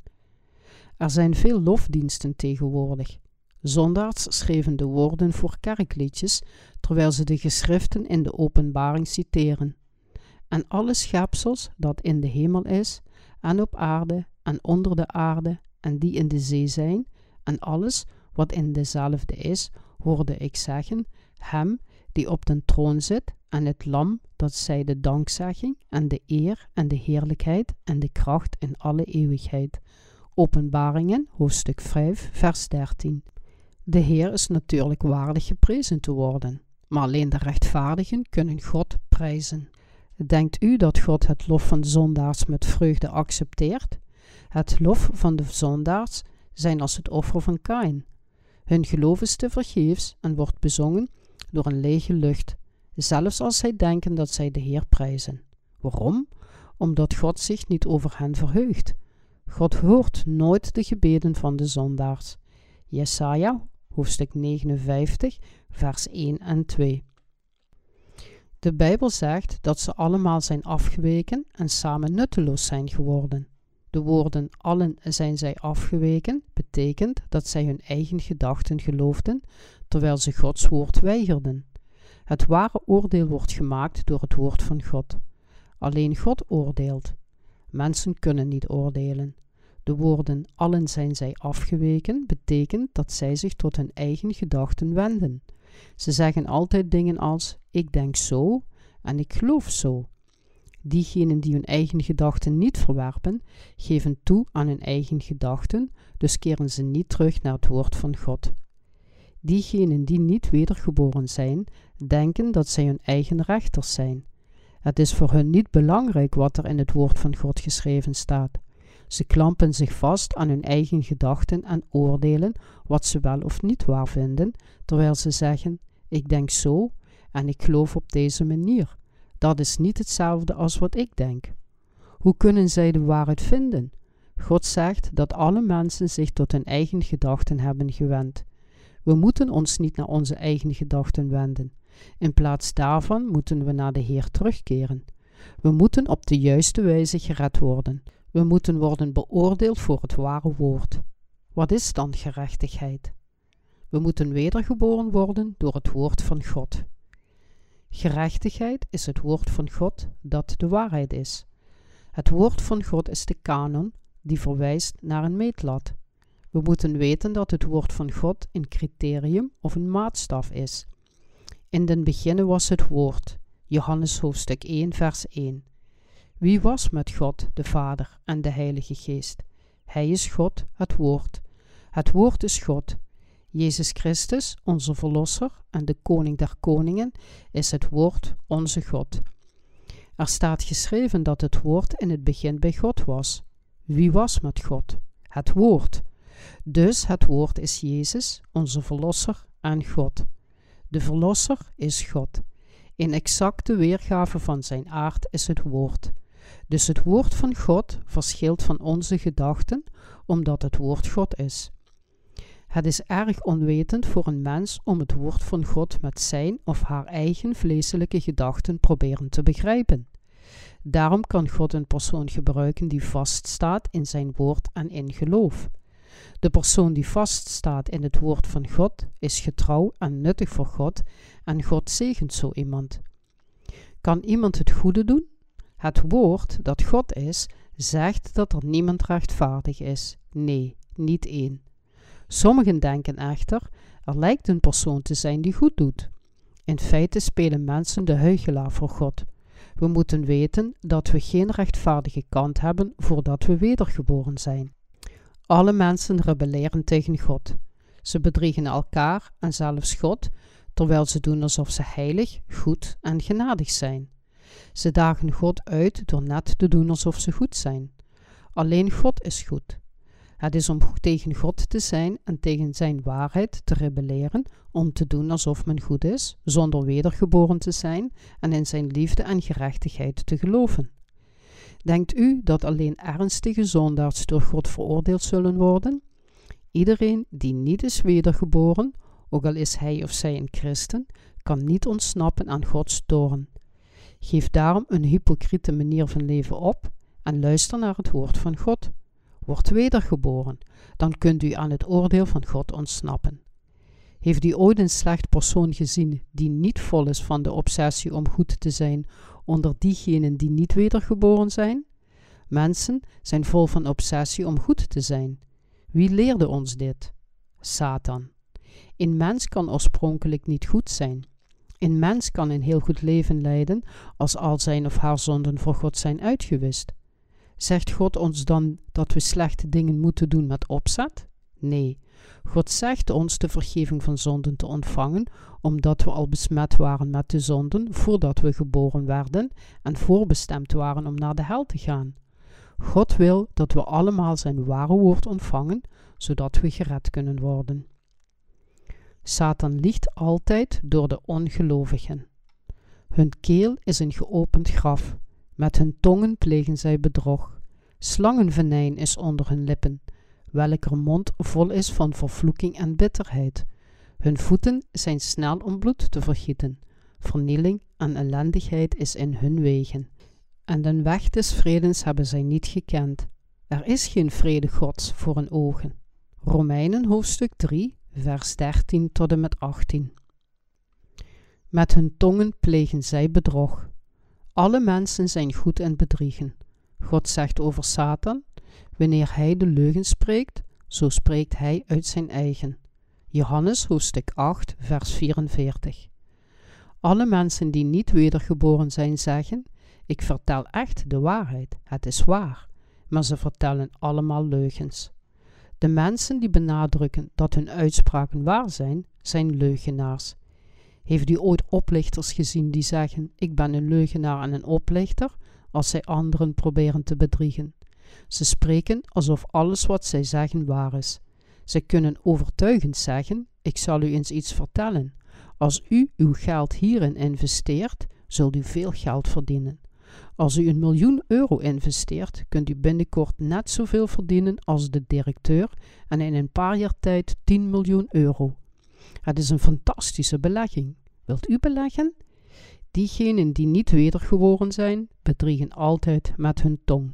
Er zijn veel lofdiensten tegenwoordig. Zondaars schreven de woorden voor kerkliedjes, terwijl ze de geschriften in de openbaring citeren. En alle schepsels dat in de hemel is, en op aarde, en onder de aarde, en die in de zee zijn, en alles wat in dezelfde is, hoorde ik zeggen, hem die op den troon zit, en het lam dat zij de dankzegging, en de eer, en de heerlijkheid, en de kracht in alle eeuwigheid. Openbaringen, hoofdstuk 5, vers 13. De Heer is natuurlijk waardig geprezen te worden, maar alleen de rechtvaardigen kunnen God prijzen. Denkt u dat God het lof van zondaars met vreugde accepteert? Het lof van de zondaars zijn als het offer van Kaïn. Hun geloof is tevergeefs en wordt bezongen door een lege lucht, zelfs als zij denken dat zij de Heer prijzen. Waarom? Omdat God zich niet over hen verheugt. God hoort nooit de gebeden van de zondaars. Jesaja, hoofdstuk 59, vers 1 en 2. De Bijbel zegt dat ze allemaal zijn afgeweken en samen nutteloos zijn geworden. De woorden allen zijn zij afgeweken betekent dat zij hun eigen gedachten geloofden, terwijl ze Gods woord weigerden. Het ware oordeel wordt gemaakt door het woord van God. Alleen God oordeelt. Mensen kunnen niet oordelen. De woorden allen zijn zij afgeweken betekent dat zij zich tot hun eigen gedachten wenden. Ze zeggen altijd dingen als ik denk zo en ik geloof zo. Diegenen die hun eigen gedachten niet verwerpen, geven toe aan hun eigen gedachten, dus keren ze niet terug naar het woord van God. Diegenen die niet wedergeboren zijn, denken dat zij hun eigen rechters zijn. Het is voor hen niet belangrijk wat er in het woord van God geschreven staat. Ze klampen zich vast aan hun eigen gedachten en oordelen wat ze wel of niet waar vinden, terwijl ze zeggen, ik denk zo en ik geloof op deze manier. Dat is niet hetzelfde als wat ik denk. Hoe kunnen zij de waarheid vinden? God zegt dat alle mensen zich tot hun eigen gedachten hebben gewend. We moeten ons niet naar onze eigen gedachten wenden. In plaats daarvan moeten we naar de Heer terugkeren. We moeten op de juiste wijze gered worden. We moeten worden beoordeeld voor het ware woord. Wat is dan gerechtigheid? We moeten wedergeboren worden door het woord van God. Gerechtigheid is het woord van God dat de waarheid is. Het woord van God is de kanon die verwijst naar een meetlat. We moeten weten dat het woord van God een criterium of een maatstaf is. In den beginne was het woord, Johannes hoofdstuk 1 vers 1. Wie was met God, de Vader en de Heilige Geest? Hij is God, het woord. Het woord is God. Jezus Christus, onze Verlosser en de Koning der Koningen, is het woord, onze God. Er staat geschreven dat het woord in het begin bij God was. Wie was met God? Het woord. Dus het woord is Jezus, onze Verlosser en God. De Verlosser is God. Een exacte weergave van zijn aard is het woord. Dus het woord van God verschilt van onze gedachten, omdat het woord God is. Het is erg onwetend voor een mens om het woord van God met zijn of haar eigen vleeselijke gedachten proberen te begrijpen. Daarom kan God een persoon gebruiken die vaststaat in zijn woord en in geloof. De persoon die vaststaat in het woord van God is getrouw en nuttig voor God en God zegent zo iemand. Kan iemand het goede doen? Het woord dat God is, zegt dat er niemand rechtvaardig is. Nee, niet één. Sommigen denken echter, er lijkt een persoon te zijn die goed doet. In feite spelen mensen de huichelaar voor God. We moeten weten dat we geen rechtvaardige kant hebben voordat we wedergeboren zijn. Alle mensen rebelleren tegen God. Ze bedriegen elkaar en zelfs God, terwijl ze doen alsof ze heilig, goed en genadig zijn. Ze dagen God uit door net te doen alsof ze goed zijn. Alleen God is goed. Het is om tegen God te zijn en tegen zijn waarheid te rebelleren, om te doen alsof men goed is, zonder wedergeboren te zijn en in zijn liefde en gerechtigheid te geloven. Denkt u dat alleen ernstige zondaars door God veroordeeld zullen worden? Iedereen die niet is wedergeboren, ook al is hij of zij een christen, kan niet ontsnappen aan Gods toorn. Geef daarom een hypocriete manier van leven op en luister naar het woord van God. Word wedergeboren, dan kunt u aan het oordeel van God ontsnappen. Heeft u ooit een slecht persoon gezien die niet vol is van de obsessie om goed te zijn onder diegenen die niet wedergeboren zijn? Mensen zijn vol van obsessie om goed te zijn. Wie leerde ons dit? Satan. Een mens kan oorspronkelijk niet goed zijn. Een mens kan een heel goed leven leiden als al zijn of haar zonden voor God zijn uitgewist. Zegt God ons dan dat we slechte dingen moeten doen met opzet? Nee, God zegt ons de vergeving van zonden te ontvangen, omdat we al besmet waren met de zonden voordat we geboren werden en voorbestemd waren om naar de hel te gaan. God wil dat we allemaal zijn ware woord ontvangen, zodat we gered kunnen worden. Satan liegt altijd door de ongelovigen. Hun keel is een geopend graf. Met hun tongen plegen zij bedrog. Slangenvenijn is onder hun lippen, welker mond vol is van vervloeking en bitterheid. Hun voeten zijn snel om bloed te vergieten. Vernieling en ellendigheid is in hun wegen. En den weg des vredens hebben zij niet gekend. Er is geen vrede Gods voor hun ogen. Romeinen hoofdstuk 3, vers 13 tot en met 18. Met hun tongen plegen zij bedrog. Alle mensen zijn goed in bedriegen. God zegt over Satan, wanneer hij de leugen spreekt, zo spreekt hij uit zijn eigen. Johannes hoofdstuk 8, vers 44. Alle mensen die niet wedergeboren zijn zeggen, ik vertel echt de waarheid, het is waar, maar ze vertellen allemaal leugens. De mensen die benadrukken dat hun uitspraken waar zijn, zijn leugenaars. Heeft u ooit oplichters gezien die zeggen, ik ben een leugenaar en een oplichter, als zij anderen proberen te bedriegen? Ze spreken alsof alles wat zij zeggen waar is. Ze kunnen overtuigend zeggen, ik zal u eens iets vertellen. Als u uw geld hierin investeert, zult u veel geld verdienen. Als u €1 miljoen investeert, kunt u binnenkort net zoveel verdienen als de directeur en in een paar jaar tijd €10 miljoen. Het is een fantastische belegging. Wilt u beleggen? Diegenen die niet wedergeboren zijn, bedriegen altijd met hun tong.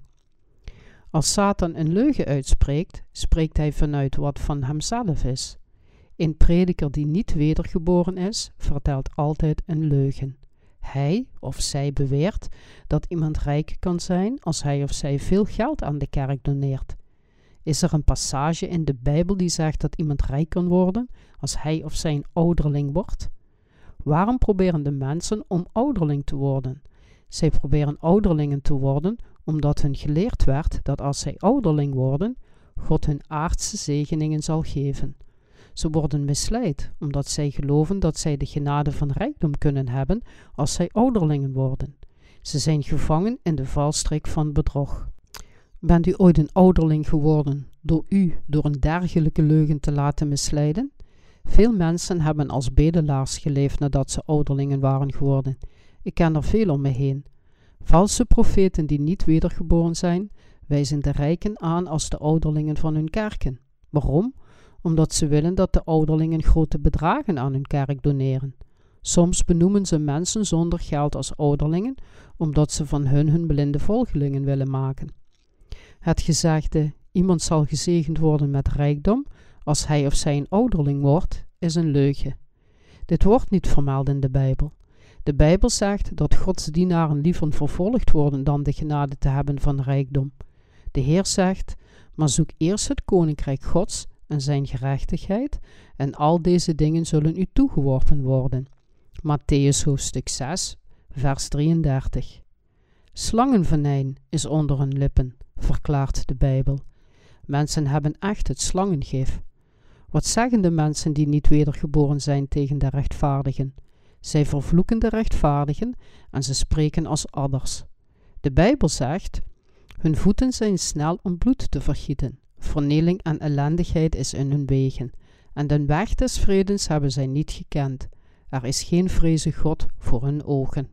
Als Satan een leugen uitspreekt, spreekt hij vanuit wat van hemzelf is. Een prediker die niet wedergeboren is, vertelt altijd een leugen. Hij of zij beweert dat iemand rijk kan zijn als hij of zij veel geld aan de kerk doneert. Is er een passage in de Bijbel die zegt dat iemand rijk kan worden als hij of zij een ouderling wordt? Waarom proberen de mensen om ouderling te worden? Zij proberen ouderlingen te worden omdat hun geleerd werd dat als zij ouderling worden, God hun aardse zegeningen zal geven. Ze worden misleid omdat zij geloven dat zij de genade van rijkdom kunnen hebben als zij ouderlingen worden. Ze zijn gevangen in de valstrik van bedrog. Bent u ooit een ouderling geworden door een dergelijke leugen te laten misleiden? Veel mensen hebben als bedelaars geleefd nadat ze ouderlingen waren geworden. Ik ken er veel om me heen. Valse profeten die niet wedergeboren zijn, wijzen de rijken aan als de ouderlingen van hun kerken. Waarom? Omdat ze willen dat de ouderlingen grote bedragen aan hun kerk doneren. Soms benoemen ze mensen zonder geld als ouderlingen, omdat ze van hun blinde volgelingen willen maken. Het gezegde, iemand zal gezegend worden met rijkdom, als hij of zij een ouderling wordt, is een leugen. Dit wordt niet vermeld in de Bijbel. De Bijbel zegt dat Gods dienaren liever vervolgd worden dan de genade te hebben van rijkdom. De Heer zegt, maar zoek eerst het koninkrijk Gods en zijn gerechtigheid, en al deze dingen zullen u toegeworpen worden. Mattheüs hoofdstuk 6, vers 33. Slangenvenijn is onder hun lippen, verklaart de Bijbel. Mensen hebben echt het slangengif. Wat zeggen de mensen die niet wedergeboren zijn tegen de rechtvaardigen? Zij vervloeken de rechtvaardigen en ze spreken als adders. De Bijbel zegt, hun voeten zijn snel om bloed te vergieten. Vernieling en ellendigheid is in hun wegen. En de weg des vredens hebben zij niet gekend. Er is geen vreze God voor hun ogen.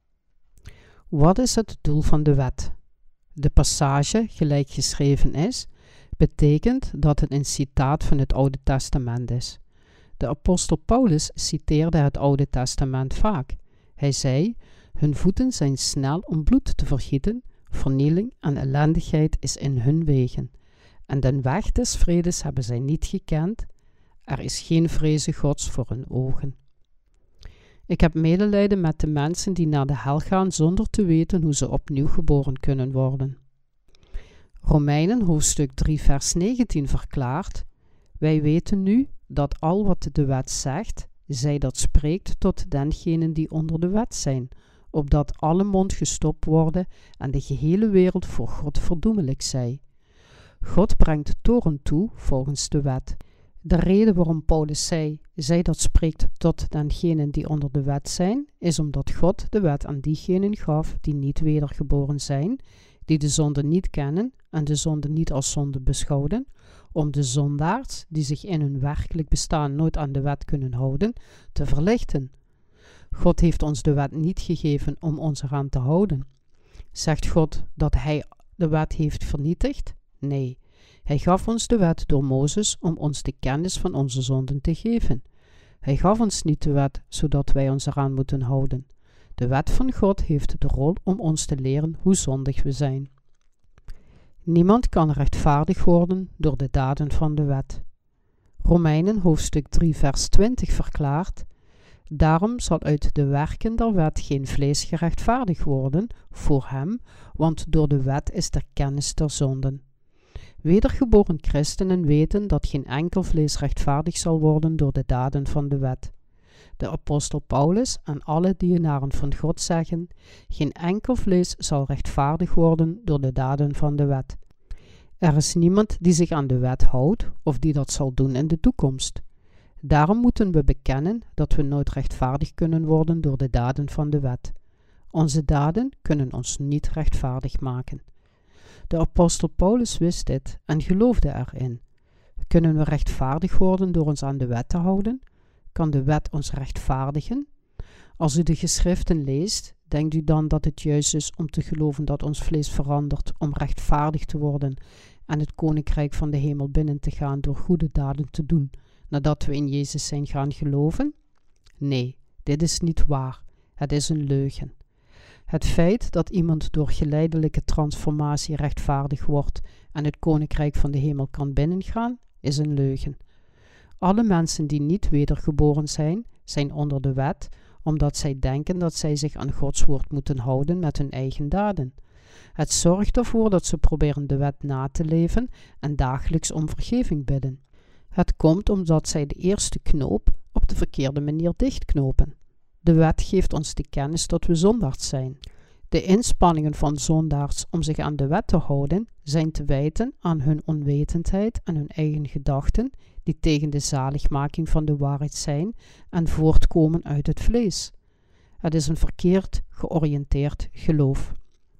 Wat is het doel van de wet? De passage, gelijk geschreven is, betekent dat het een citaat van het Oude Testament is. De apostel Paulus citeerde het Oude Testament vaak. Hij zei, hun voeten zijn snel om bloed te vergieten, vernieling en ellendigheid is in hun wegen. En de weg des vredes hebben zij niet gekend. Er is geen vreze Gods voor hun ogen. Ik heb medelijden met de mensen die naar de hel gaan zonder te weten hoe ze opnieuw geboren kunnen worden. Romeinen hoofdstuk 3 vers 19 verklaart, wij weten nu dat al wat de wet zegt, zij dat spreekt tot dengenen die onder de wet zijn, opdat alle mond gestopt worden en de gehele wereld voor God verdoemelijk zij. God brengt toorn toe volgens de wet. De reden waarom Paulus zei, zij dat spreekt tot dengenen die onder de wet zijn, is omdat God de wet aan diegenen gaf die niet wedergeboren zijn, die de zonde niet kennen en de zonde niet als zonde beschouwen, om de zondaars, die zich in hun werkelijk bestaan nooit aan de wet kunnen houden, te verlichten. God heeft ons de wet niet gegeven om ons eraan te houden. Zegt God dat Hij de wet heeft vernietigd? Nee, Hij gaf ons de wet door Mozes om ons de kennis van onze zonden te geven. Hij gaf ons niet de wet, zodat wij ons eraan moeten houden. De wet van God heeft de rol om ons te leren hoe zondig we zijn. Niemand kan rechtvaardig worden door de daden van de wet. Romeinen hoofdstuk 3 vers 20 verklaart: daarom zal uit de werken der wet geen vlees gerechtvaardigd worden voor hem, want door de wet is de kennis der zonden. Wedergeboren christenen weten dat geen enkel vlees rechtvaardig zal worden door de daden van de wet. De apostel Paulus en alle dienaren van God zeggen: geen enkel vlees zal rechtvaardig worden door de daden van de wet. Er is niemand die zich aan de wet houdt of die dat zal doen in de toekomst. Daarom moeten we bekennen dat we nooit rechtvaardig kunnen worden door de daden van de wet. Onze daden kunnen ons niet rechtvaardig maken. De apostel Paulus wist dit en geloofde erin. Kunnen we rechtvaardig worden door ons aan de wet te houden? Kan de wet ons rechtvaardigen? Als u de geschriften leest, denkt u dan dat het juist is om te geloven dat ons vlees verandert om rechtvaardig te worden en het koninkrijk van de hemel binnen te gaan door goede daden te doen, nadat we in Jezus zijn gaan geloven? Nee, dit is niet waar. Het is een leugen. Het feit dat iemand door geleidelijke transformatie rechtvaardig wordt en het koninkrijk van de hemel kan binnengaan, is een leugen. Alle mensen die niet wedergeboren zijn, zijn onder de wet, omdat zij denken dat zij zich aan Gods woord moeten houden met hun eigen daden. Het zorgt ervoor dat ze proberen de wet na te leven en dagelijks om vergeving bidden. Het komt omdat zij de eerste knoop op de verkeerde manier dichtknopen. De wet geeft ons de kennis dat we zondaars zijn. De inspanningen van zondaars om zich aan de wet te houden zijn te wijten aan hun onwetendheid en hun eigen gedachten die tegen de zaligmaking van de waarheid zijn en voortkomen uit het vlees. Het is een verkeerd georiënteerd geloof.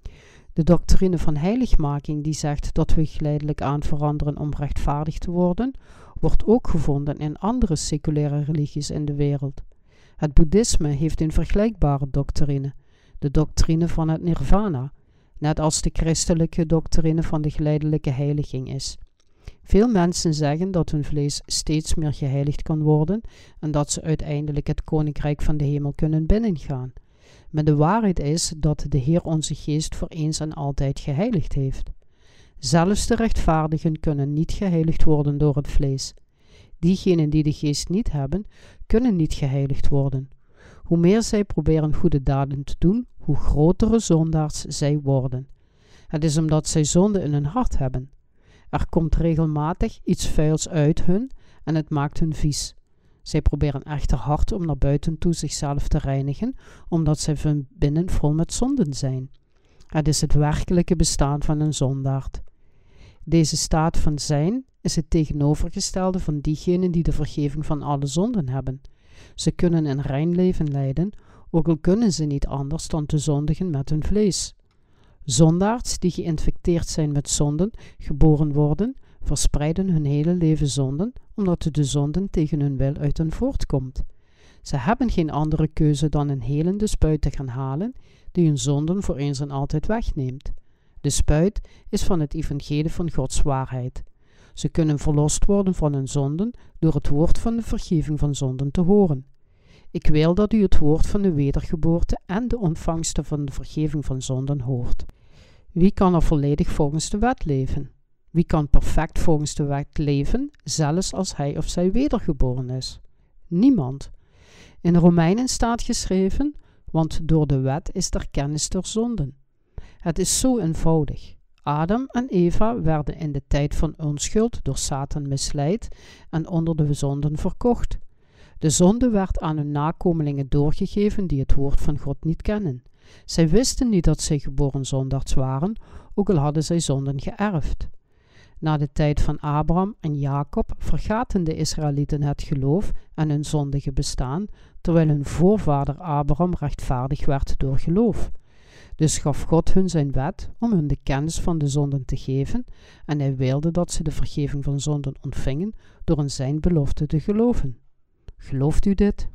De doctrine van heiligmaking die zegt dat we geleidelijk aan veranderen om rechtvaardig te worden, wordt ook gevonden in andere seculaire religies in de wereld. Het boeddhisme heeft een vergelijkbare doctrine, de doctrine van het nirvana, net als de christelijke doctrine van de geleidelijke heiliging is. Veel mensen zeggen dat hun vlees steeds meer geheiligd kan worden en dat ze uiteindelijk het koninkrijk van de hemel kunnen binnengaan. Maar de waarheid is dat de Heer onze geest voor eens en altijd geheiligd heeft. Zelfs de rechtvaardigen kunnen niet geheiligd worden door het vlees. Diegenen die de geest niet hebben, kunnen niet geheiligd worden. Hoe meer zij proberen goede daden te doen, hoe grotere zondaars zij worden. Het is omdat zij zonde in hun hart hebben. Er komt regelmatig iets vuils uit hun en het maakt hun vies. Zij proberen echter hard om naar buiten toe zichzelf te reinigen, omdat zij van binnen vol met zonden zijn. Het is het werkelijke bestaan van een zondaard. Deze staat van zijn is het tegenovergestelde van diegenen die de vergeving van alle zonden hebben. Ze kunnen een rein leven leiden, ook al kunnen ze niet anders dan te zondigen met hun vlees. Zondaards die geïnfecteerd zijn met zonden, geboren worden, verspreiden hun hele leven zonden, omdat de zonden tegen hun wil uit hen voortkomt. Ze hebben geen andere keuze dan een helende spuit te gaan halen, die hun zonden voor eens en altijd wegneemt. De spuit is van het evangelie van Gods waarheid. Ze kunnen verlost worden van hun zonden door het woord van de vergeving van zonden te horen. Ik wil dat u het woord van de wedergeboorte en de ontvangsten van de vergeving van zonden hoort. Wie kan er volledig volgens de wet leven? Wie kan perfect volgens de wet leven, zelfs als hij of zij wedergeboren is? Niemand. In Romeinen staat geschreven, want door de wet is er kennis der zonden. Het is zo eenvoudig. Adam en Eva werden in de tijd van onschuld door Satan misleid en onder de zonden verkocht. De zonde werd aan hun nakomelingen doorgegeven die het woord van God niet kennen. Zij wisten niet dat zij geboren zondaars waren, ook al hadden zij zonden geërfd. Na de tijd van Abraham en Jacob vergaten de Israëlieten het geloof en hun zondige bestaan, terwijl hun voorvader Abraham rechtvaardig werd door geloof. Dus gaf God hun zijn wet om hun de kennis van de zonden te geven en hij wilde dat ze de vergeving van zonden ontvingen door in zijn belofte te geloven. Gelooft u dit?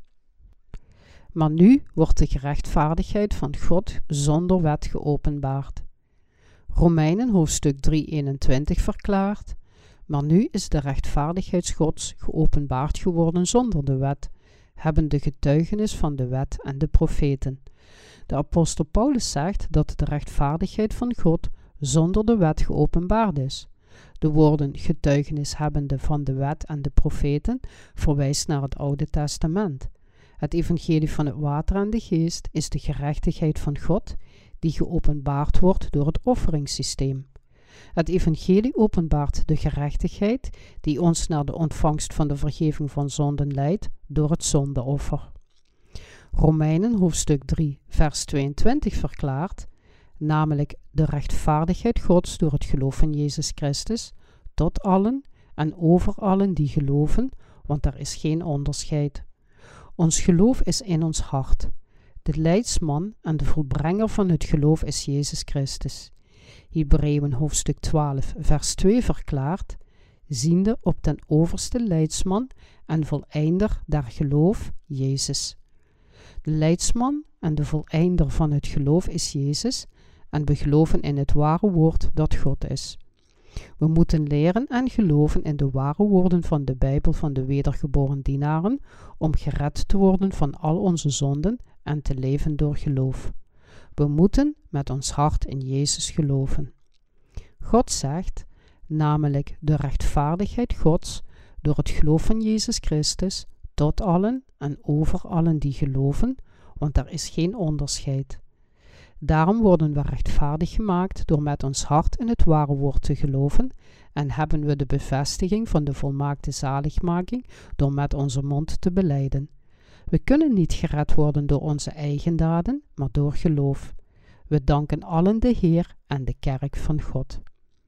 Maar nu wordt de gerechtvaardigheid van God zonder wet geopenbaard. Romeinen hoofdstuk 3:21 verklaart: maar nu is de rechtvaardigheid Gods geopenbaard geworden zonder de wet, hebben de getuigenis van de wet en de profeten. De apostel Paulus zegt dat de rechtvaardigheid van God zonder de wet geopenbaard is. De woorden getuigenis hebbende van de wet en de profeten verwijst naar het Oude Testament. Het evangelie van het water en de geest is de gerechtigheid van God die geopenbaard wordt door het offeringssysteem. Het evangelie openbaart de gerechtigheid die ons naar de ontvangst van de vergeving van zonden leidt door het zondeoffer. Romeinen hoofdstuk 3 vers 22 verklaart, namelijk de rechtvaardigheid Gods door het geloof in Jezus Christus, tot allen en over allen die geloven, want er is geen onderscheid. Ons geloof is in ons hart. De leidsman en de volbrenger van het geloof is Jezus Christus. Hebreeën hoofdstuk 12 vers 2 verklaart, ziende op den overste leidsman en voleinder der geloof, Jezus. De leidsman en de voleinder van het geloof is Jezus en we geloven in het ware woord dat God is. We moeten leren en geloven in de ware woorden van de Bijbel van de wedergeboren dienaren om gered te worden van al onze zonden en te leven door geloof. We moeten met ons hart in Jezus geloven. God zegt, namelijk de rechtvaardigheid Gods door het geloof van Jezus Christus, tot allen en over allen die geloven, want er is geen onderscheid. Daarom worden we rechtvaardig gemaakt door met ons hart in het ware woord te geloven en hebben we de bevestiging van de volmaakte zaligmaking door met onze mond te belijden. We kunnen niet gered worden door onze eigen daden, maar door geloof. We danken allen de Heer en de kerk van God.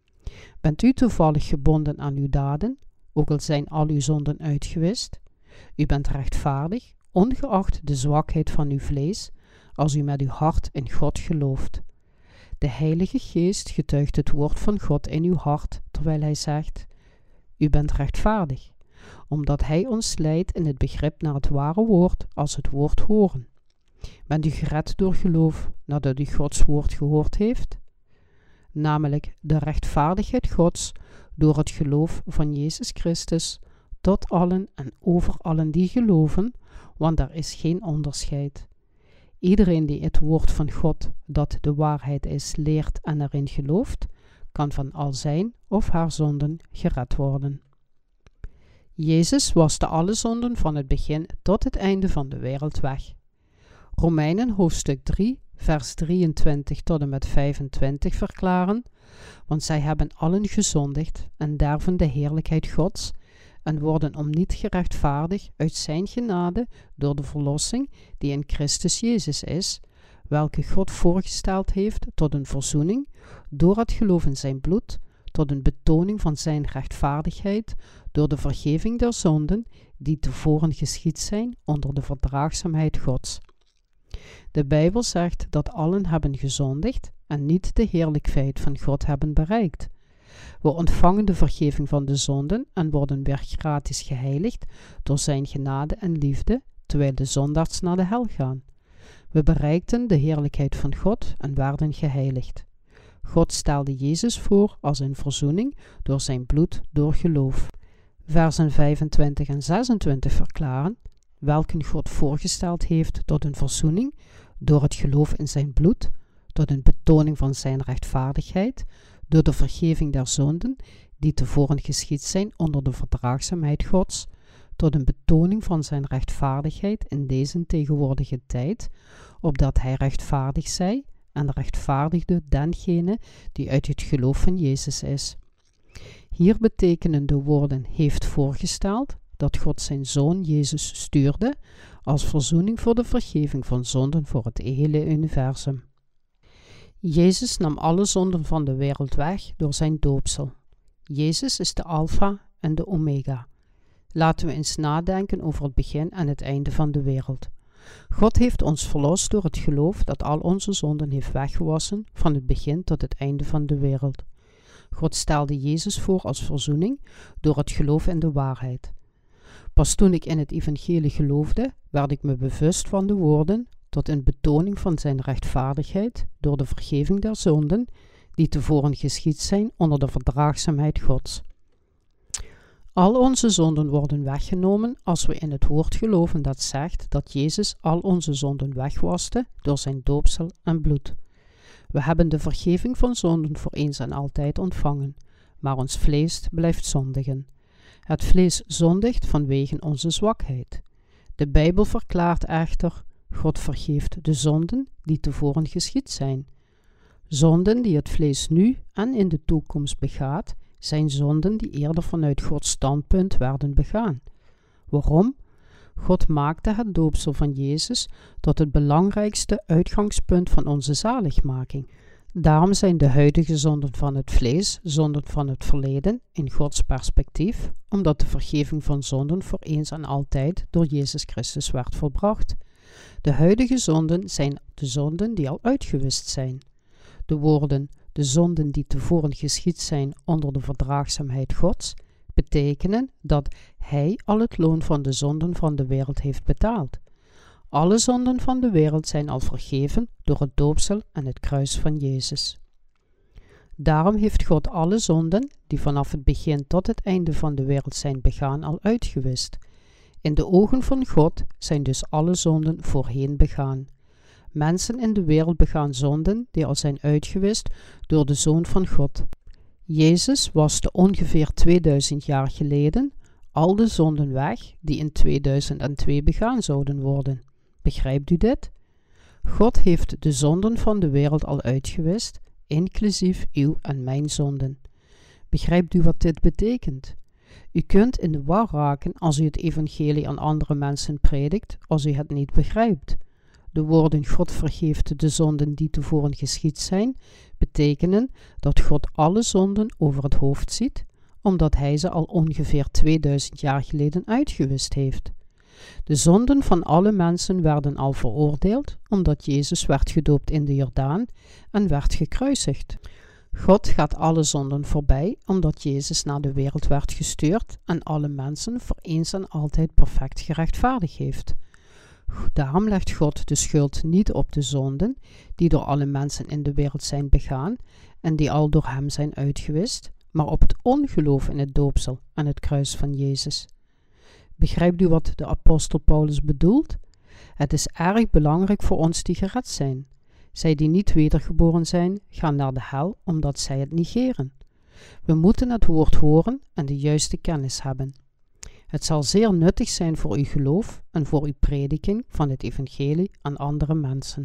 Bent u toevallig gebonden aan uw daden, ook al zijn al uw zonden uitgewist? U bent rechtvaardig, ongeacht de zwakheid van uw vlees, als u met uw hart in God gelooft. De Heilige Geest getuigt het woord van God in uw hart, terwijl hij zegt, u bent rechtvaardig, omdat hij ons leidt in het begrip naar het ware woord als het woord horen. Bent u gered door geloof, nadat u Gods woord gehoord heeft? Namelijk de rechtvaardigheid Gods door het geloof van Jezus Christus, tot allen en over allen die geloven, want er is geen onderscheid. Iedereen die het woord van God, dat de waarheid is, leert en erin gelooft, kan van al zijn of haar zonden gered worden. Jezus waste alle zonden van het begin tot het einde van de wereld weg. Romeinen hoofdstuk 3, vers 23 tot en met 25 verklaren, want zij hebben allen gezondigd en derven de heerlijkheid Gods en worden om niet gerechtvaardigd uit zijn genade door de verlossing die in Christus Jezus is, welke God voorgesteld heeft tot een verzoening door het geloof in zijn bloed, tot een betoning van zijn rechtvaardigheid door de vergeving der zonden die tevoren geschied zijn onder de verdraagzaamheid Gods. De Bijbel zegt dat allen hebben gezondigd en niet de heerlijkheid van God hebben bereikt. We ontvangen de vergeving van de zonden en worden weer gratis geheiligd door zijn genade en liefde, terwijl de zondaars naar de hel gaan. We bereikten de heerlijkheid van God en werden geheiligd. God stelde Jezus voor als een verzoening door zijn bloed door geloof. Versen 25 en 26 verklaren, welke God voorgesteld heeft tot een verzoening door het geloof in zijn bloed, tot een betoning van zijn rechtvaardigheid, door de vergeving der zonden die tevoren geschied zijn onder de verdraagzaamheid Gods, tot een betoning van zijn rechtvaardigheid in deze tegenwoordige tijd, opdat hij rechtvaardig zij en rechtvaardigde dengene die uit het geloof van Jezus is. Hier betekenen de woorden heeft voorgesteld dat God zijn Zoon Jezus stuurde als verzoening voor de vergeving van zonden voor het hele universum. Jezus nam alle zonden van de wereld weg door zijn doopsel. Jezus is de Alpha en de Omega. Laten we eens nadenken over het begin en het einde van de wereld. God heeft ons verlost door het geloof dat al onze zonden heeft weggewassen van het begin tot het einde van de wereld. God stelde Jezus voor als verzoening door het geloof in de waarheid. Pas toen ik in het evangelie geloofde, werd ik me bewust van de woorden tot een betoning van zijn rechtvaardigheid door de vergeving der zonden die tevoren geschied zijn onder de verdraagzaamheid Gods. Al onze zonden worden weggenomen als we in het woord geloven dat zegt dat Jezus al onze zonden wegwaste door zijn doopsel en bloed. We hebben de vergeving van zonden voor eens en altijd ontvangen, maar ons vlees blijft zondigen. Het vlees zondigt vanwege onze zwakheid. De Bijbel verklaart echter: God vergeeft de zonden die tevoren geschied zijn. Zonden die het vlees nu en in de toekomst begaat, zijn zonden die eerder vanuit Gods standpunt werden begaan. Waarom? God maakte het doopsel van Jezus tot het belangrijkste uitgangspunt van onze zaligmaking. Daarom zijn de huidige zonden van het vlees zonden van het verleden in Gods perspectief, omdat de vergeving van zonden voor eens en altijd door Jezus Christus werd volbracht. De huidige zonden zijn de zonden die al uitgewist zijn. De woorden de zonden die tevoren geschied zijn onder de verdraagzaamheid Gods betekenen dat Hij al het loon van de zonden van de wereld heeft betaald. Alle zonden van de wereld zijn al vergeven door het doopsel en het kruis van Jezus. Daarom heeft God alle zonden die vanaf het begin tot het einde van de wereld zijn begaan al uitgewist. In de ogen van God zijn dus alle zonden voorheen begaan. Mensen in de wereld begaan zonden die al zijn uitgewist door de Zoon van God. Jezus waste ongeveer 2000 jaar geleden al de zonden weg die in 2002 begaan zouden worden. Begrijpt u dit? God heeft de zonden van de wereld al uitgewist, inclusief uw en mijn zonden. Begrijpt u wat dit betekent? U kunt in de war raken als u het evangelie aan andere mensen predikt, als u het niet begrijpt. De woorden God vergeeft de zonden die tevoren geschied zijn, betekenen dat God alle zonden over het hoofd ziet, omdat Hij ze al ongeveer 2000 jaar geleden uitgewist heeft. De zonden van alle mensen werden al veroordeeld, omdat Jezus werd gedoopt in de Jordaan en werd gekruisigd. God gaat alle zonden voorbij, omdat Jezus naar de wereld werd gestuurd en alle mensen voor eens en altijd perfect gerechtvaardigd heeft. Daarom legt God de schuld niet op de zonden die door alle mensen in de wereld zijn begaan en die al door Hem zijn uitgewist, maar op het ongeloof in het doopsel en het kruis van Jezus. Begrijpt u wat de apostel Paulus bedoelt? Het is erg belangrijk voor ons die gered zijn. Zij die niet wedergeboren zijn, gaan naar de hel omdat zij het negeren. We moeten het woord horen en de juiste kennis hebben. Het zal zeer nuttig zijn voor uw geloof en voor uw prediking van het evangelie aan andere mensen.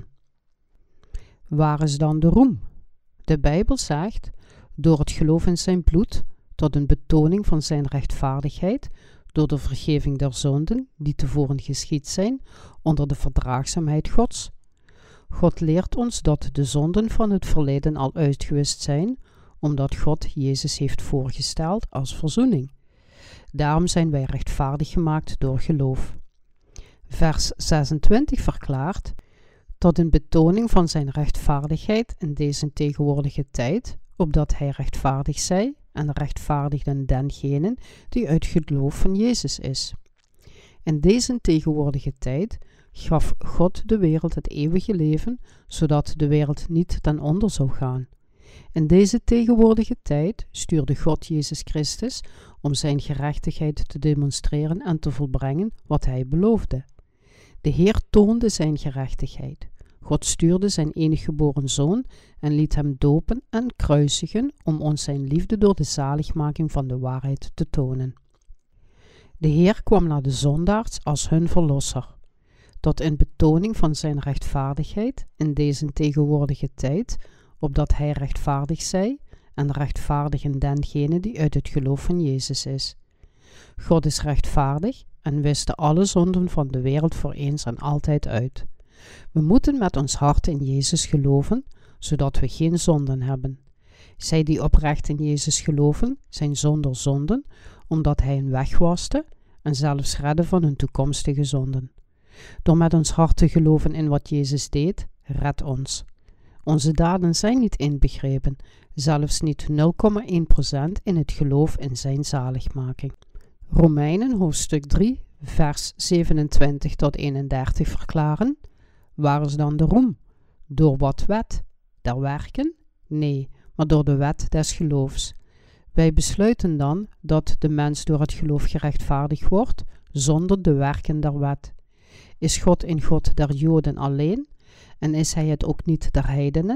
Waar is dan de roem? De Bijbel zegt: door het geloof in zijn bloed, tot een betoning van zijn rechtvaardigheid, door de vergeving der zonden die tevoren geschied zijn, onder de verdraagzaamheid Gods. God leert ons dat de zonden van het verleden al uitgewist zijn, omdat God Jezus heeft voorgesteld als verzoening. Daarom zijn wij rechtvaardig gemaakt door geloof. Vers 26 verklaart: tot een betoning van zijn rechtvaardigheid in deze tegenwoordige tijd, opdat hij rechtvaardig zij en rechtvaardigden dengenen die uit geloof van Jezus is. In deze tegenwoordige tijd gaf God de wereld het eeuwige leven, zodat de wereld niet ten onder zou gaan. In deze tegenwoordige tijd stuurde God Jezus Christus om zijn gerechtigheid te demonstreren en te volbrengen wat hij beloofde. De Heer toonde zijn gerechtigheid. God stuurde zijn enige geboren Zoon en liet hem dopen en kruisigen om ons zijn liefde door de zaligmaking van de waarheid te tonen. De Heer kwam naar de zondaars als hun verlosser. Tot een betoning van zijn rechtvaardigheid in deze tegenwoordige tijd, opdat hij rechtvaardig zij en rechtvaardigen dengene die uit het geloof van Jezus is. God is rechtvaardig en wist alle zonden van de wereld voor eens en altijd uit. We moeten met ons hart in Jezus geloven, zodat we geen zonden hebben. Zij die oprecht in Jezus geloven, zijn zonder zonden, omdat hij hen wegwaste en zelfs redde van hun toekomstige zonden. Door met ons hart te geloven in wat Jezus deed, redt ons. Onze daden zijn niet inbegrepen, zelfs niet 0,1% in het geloof in zijn zaligmaking. Romeinen hoofdstuk 3, vers 27 tot 31 verklaren: waar is dan de roem? Door wat wet? Der werken? Nee, maar door de wet des geloofs. Wij besluiten dan dat de mens door het geloof gerechtvaardigd wordt, zonder de werken der wet. Is God een God der Joden alleen? En is hij het ook niet der heidenen?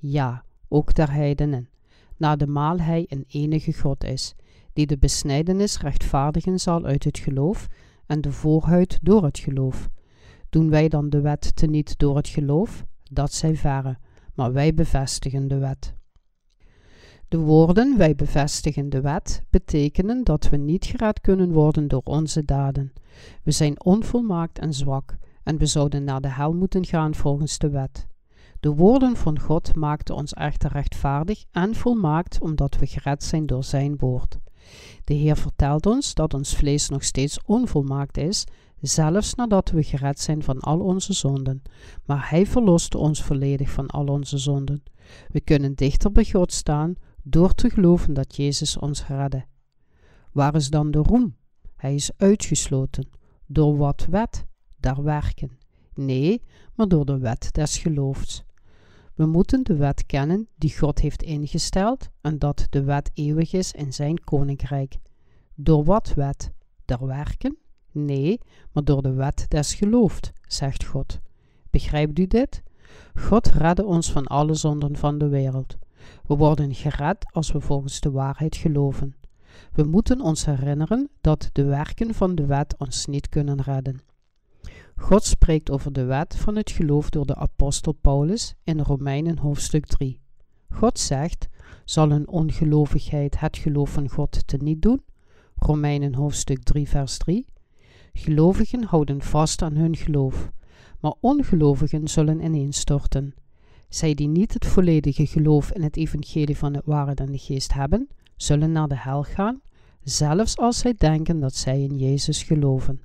Ja, ook der heidenen, na de maal hij een enige God is, die de besnijdenis rechtvaardigen zal uit het geloof en de voorhuid door het geloof. Doen wij dan de wet teniet door het geloof? Dat zij verre, maar wij bevestigen de wet. De woorden wij bevestigen de wet betekenen dat we niet gered kunnen worden door onze daden. We zijn onvolmaakt en zwak en we zouden naar de hel moeten gaan volgens de wet. De woorden van God maakten ons echter rechtvaardig en volmaakt omdat we gered zijn door zijn woord. De Heer vertelt ons dat ons vlees nog steeds onvolmaakt is, zelfs nadat we gered zijn van al onze zonden. Maar hij verloste ons volledig van al onze zonden. We kunnen dichter bij God staan door te geloven dat Jezus ons redde. Waar is dan de roem? Hij is uitgesloten. Door wat wet? Der werken. Nee, maar door de wet des geloofs. We moeten de wet kennen die God heeft ingesteld en dat de wet eeuwig is in zijn koninkrijk. Door wat wet? Der werken? Nee, maar door de wet des geloofs, zegt God. Begrijpt u dit? God redde ons van alle zonden van de wereld. We worden gered als we volgens de waarheid geloven. We moeten ons herinneren dat de werken van de wet ons niet kunnen redden. God spreekt over de wet van het geloof door de apostel Paulus in Romeinen hoofdstuk 3. God zegt, zal hun ongelovigheid het geloof van God teniet doen? Romeinen hoofdstuk 3 vers 3. Gelovigen houden vast aan hun geloof, maar ongelovigen zullen ineenstorten. Zij die niet het volledige geloof in het evangelie van het water en de geest hebben, zullen naar de hel gaan, zelfs als zij denken dat zij in Jezus geloven.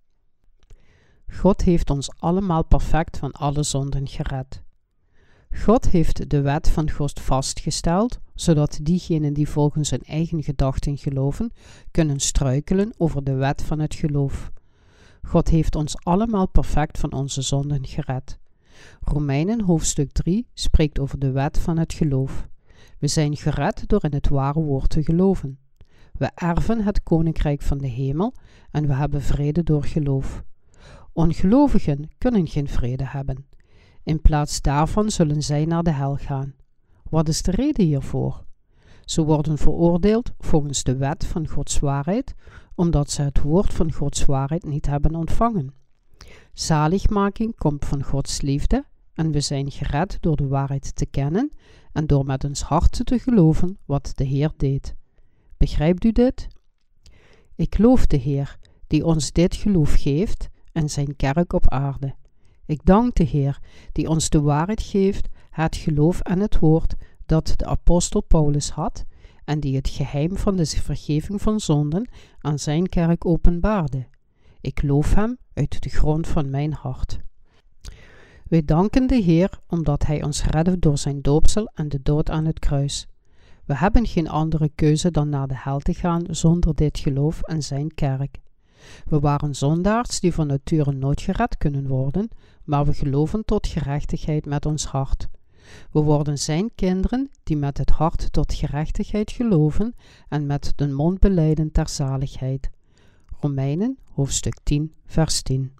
God heeft ons allemaal perfect van alle zonden gered. God heeft de wet van God vastgesteld, zodat diegenen die volgens hun eigen gedachten geloven, kunnen struikelen over de wet van het geloof. God heeft ons allemaal perfect van onze zonden gered. Romeinen hoofdstuk 3 spreekt over de wet van het geloof. We zijn gered door in het ware woord te geloven. We erven het koninkrijk van de hemel en we hebben vrede door geloof. Ongelovigen kunnen geen vrede hebben. In plaats daarvan zullen zij naar de hel gaan. Wat is de reden hiervoor? Ze worden veroordeeld volgens de wet van Gods waarheid, omdat ze het woord van Gods waarheid niet hebben ontvangen. Zaligmaking komt van Gods liefde en we zijn gered door de waarheid te kennen en door met ons hart te geloven wat de Heer deed. Begrijpt u dit? Ik loof de Heer, die ons dit geloof geeft en zijn kerk op aarde. Ik dank de Heer, die ons de waarheid geeft, het geloof en het woord dat de apostel Paulus had en die het geheim van de vergeving van zonden aan zijn kerk openbaarde. Ik loof hem uit de grond van mijn hart. Wij danken de Heer omdat hij ons redde door zijn doopsel en de dood aan het kruis. We hebben geen andere keuze dan naar de hel te gaan zonder dit geloof en zijn kerk. We waren zondaars die van nature nooit gered kunnen worden, maar we geloven tot gerechtigheid met ons hart. We worden zijn kinderen die met het hart tot gerechtigheid geloven en met de mond belijden ter zaligheid. Romeinen hoofdstuk 10 vers 10.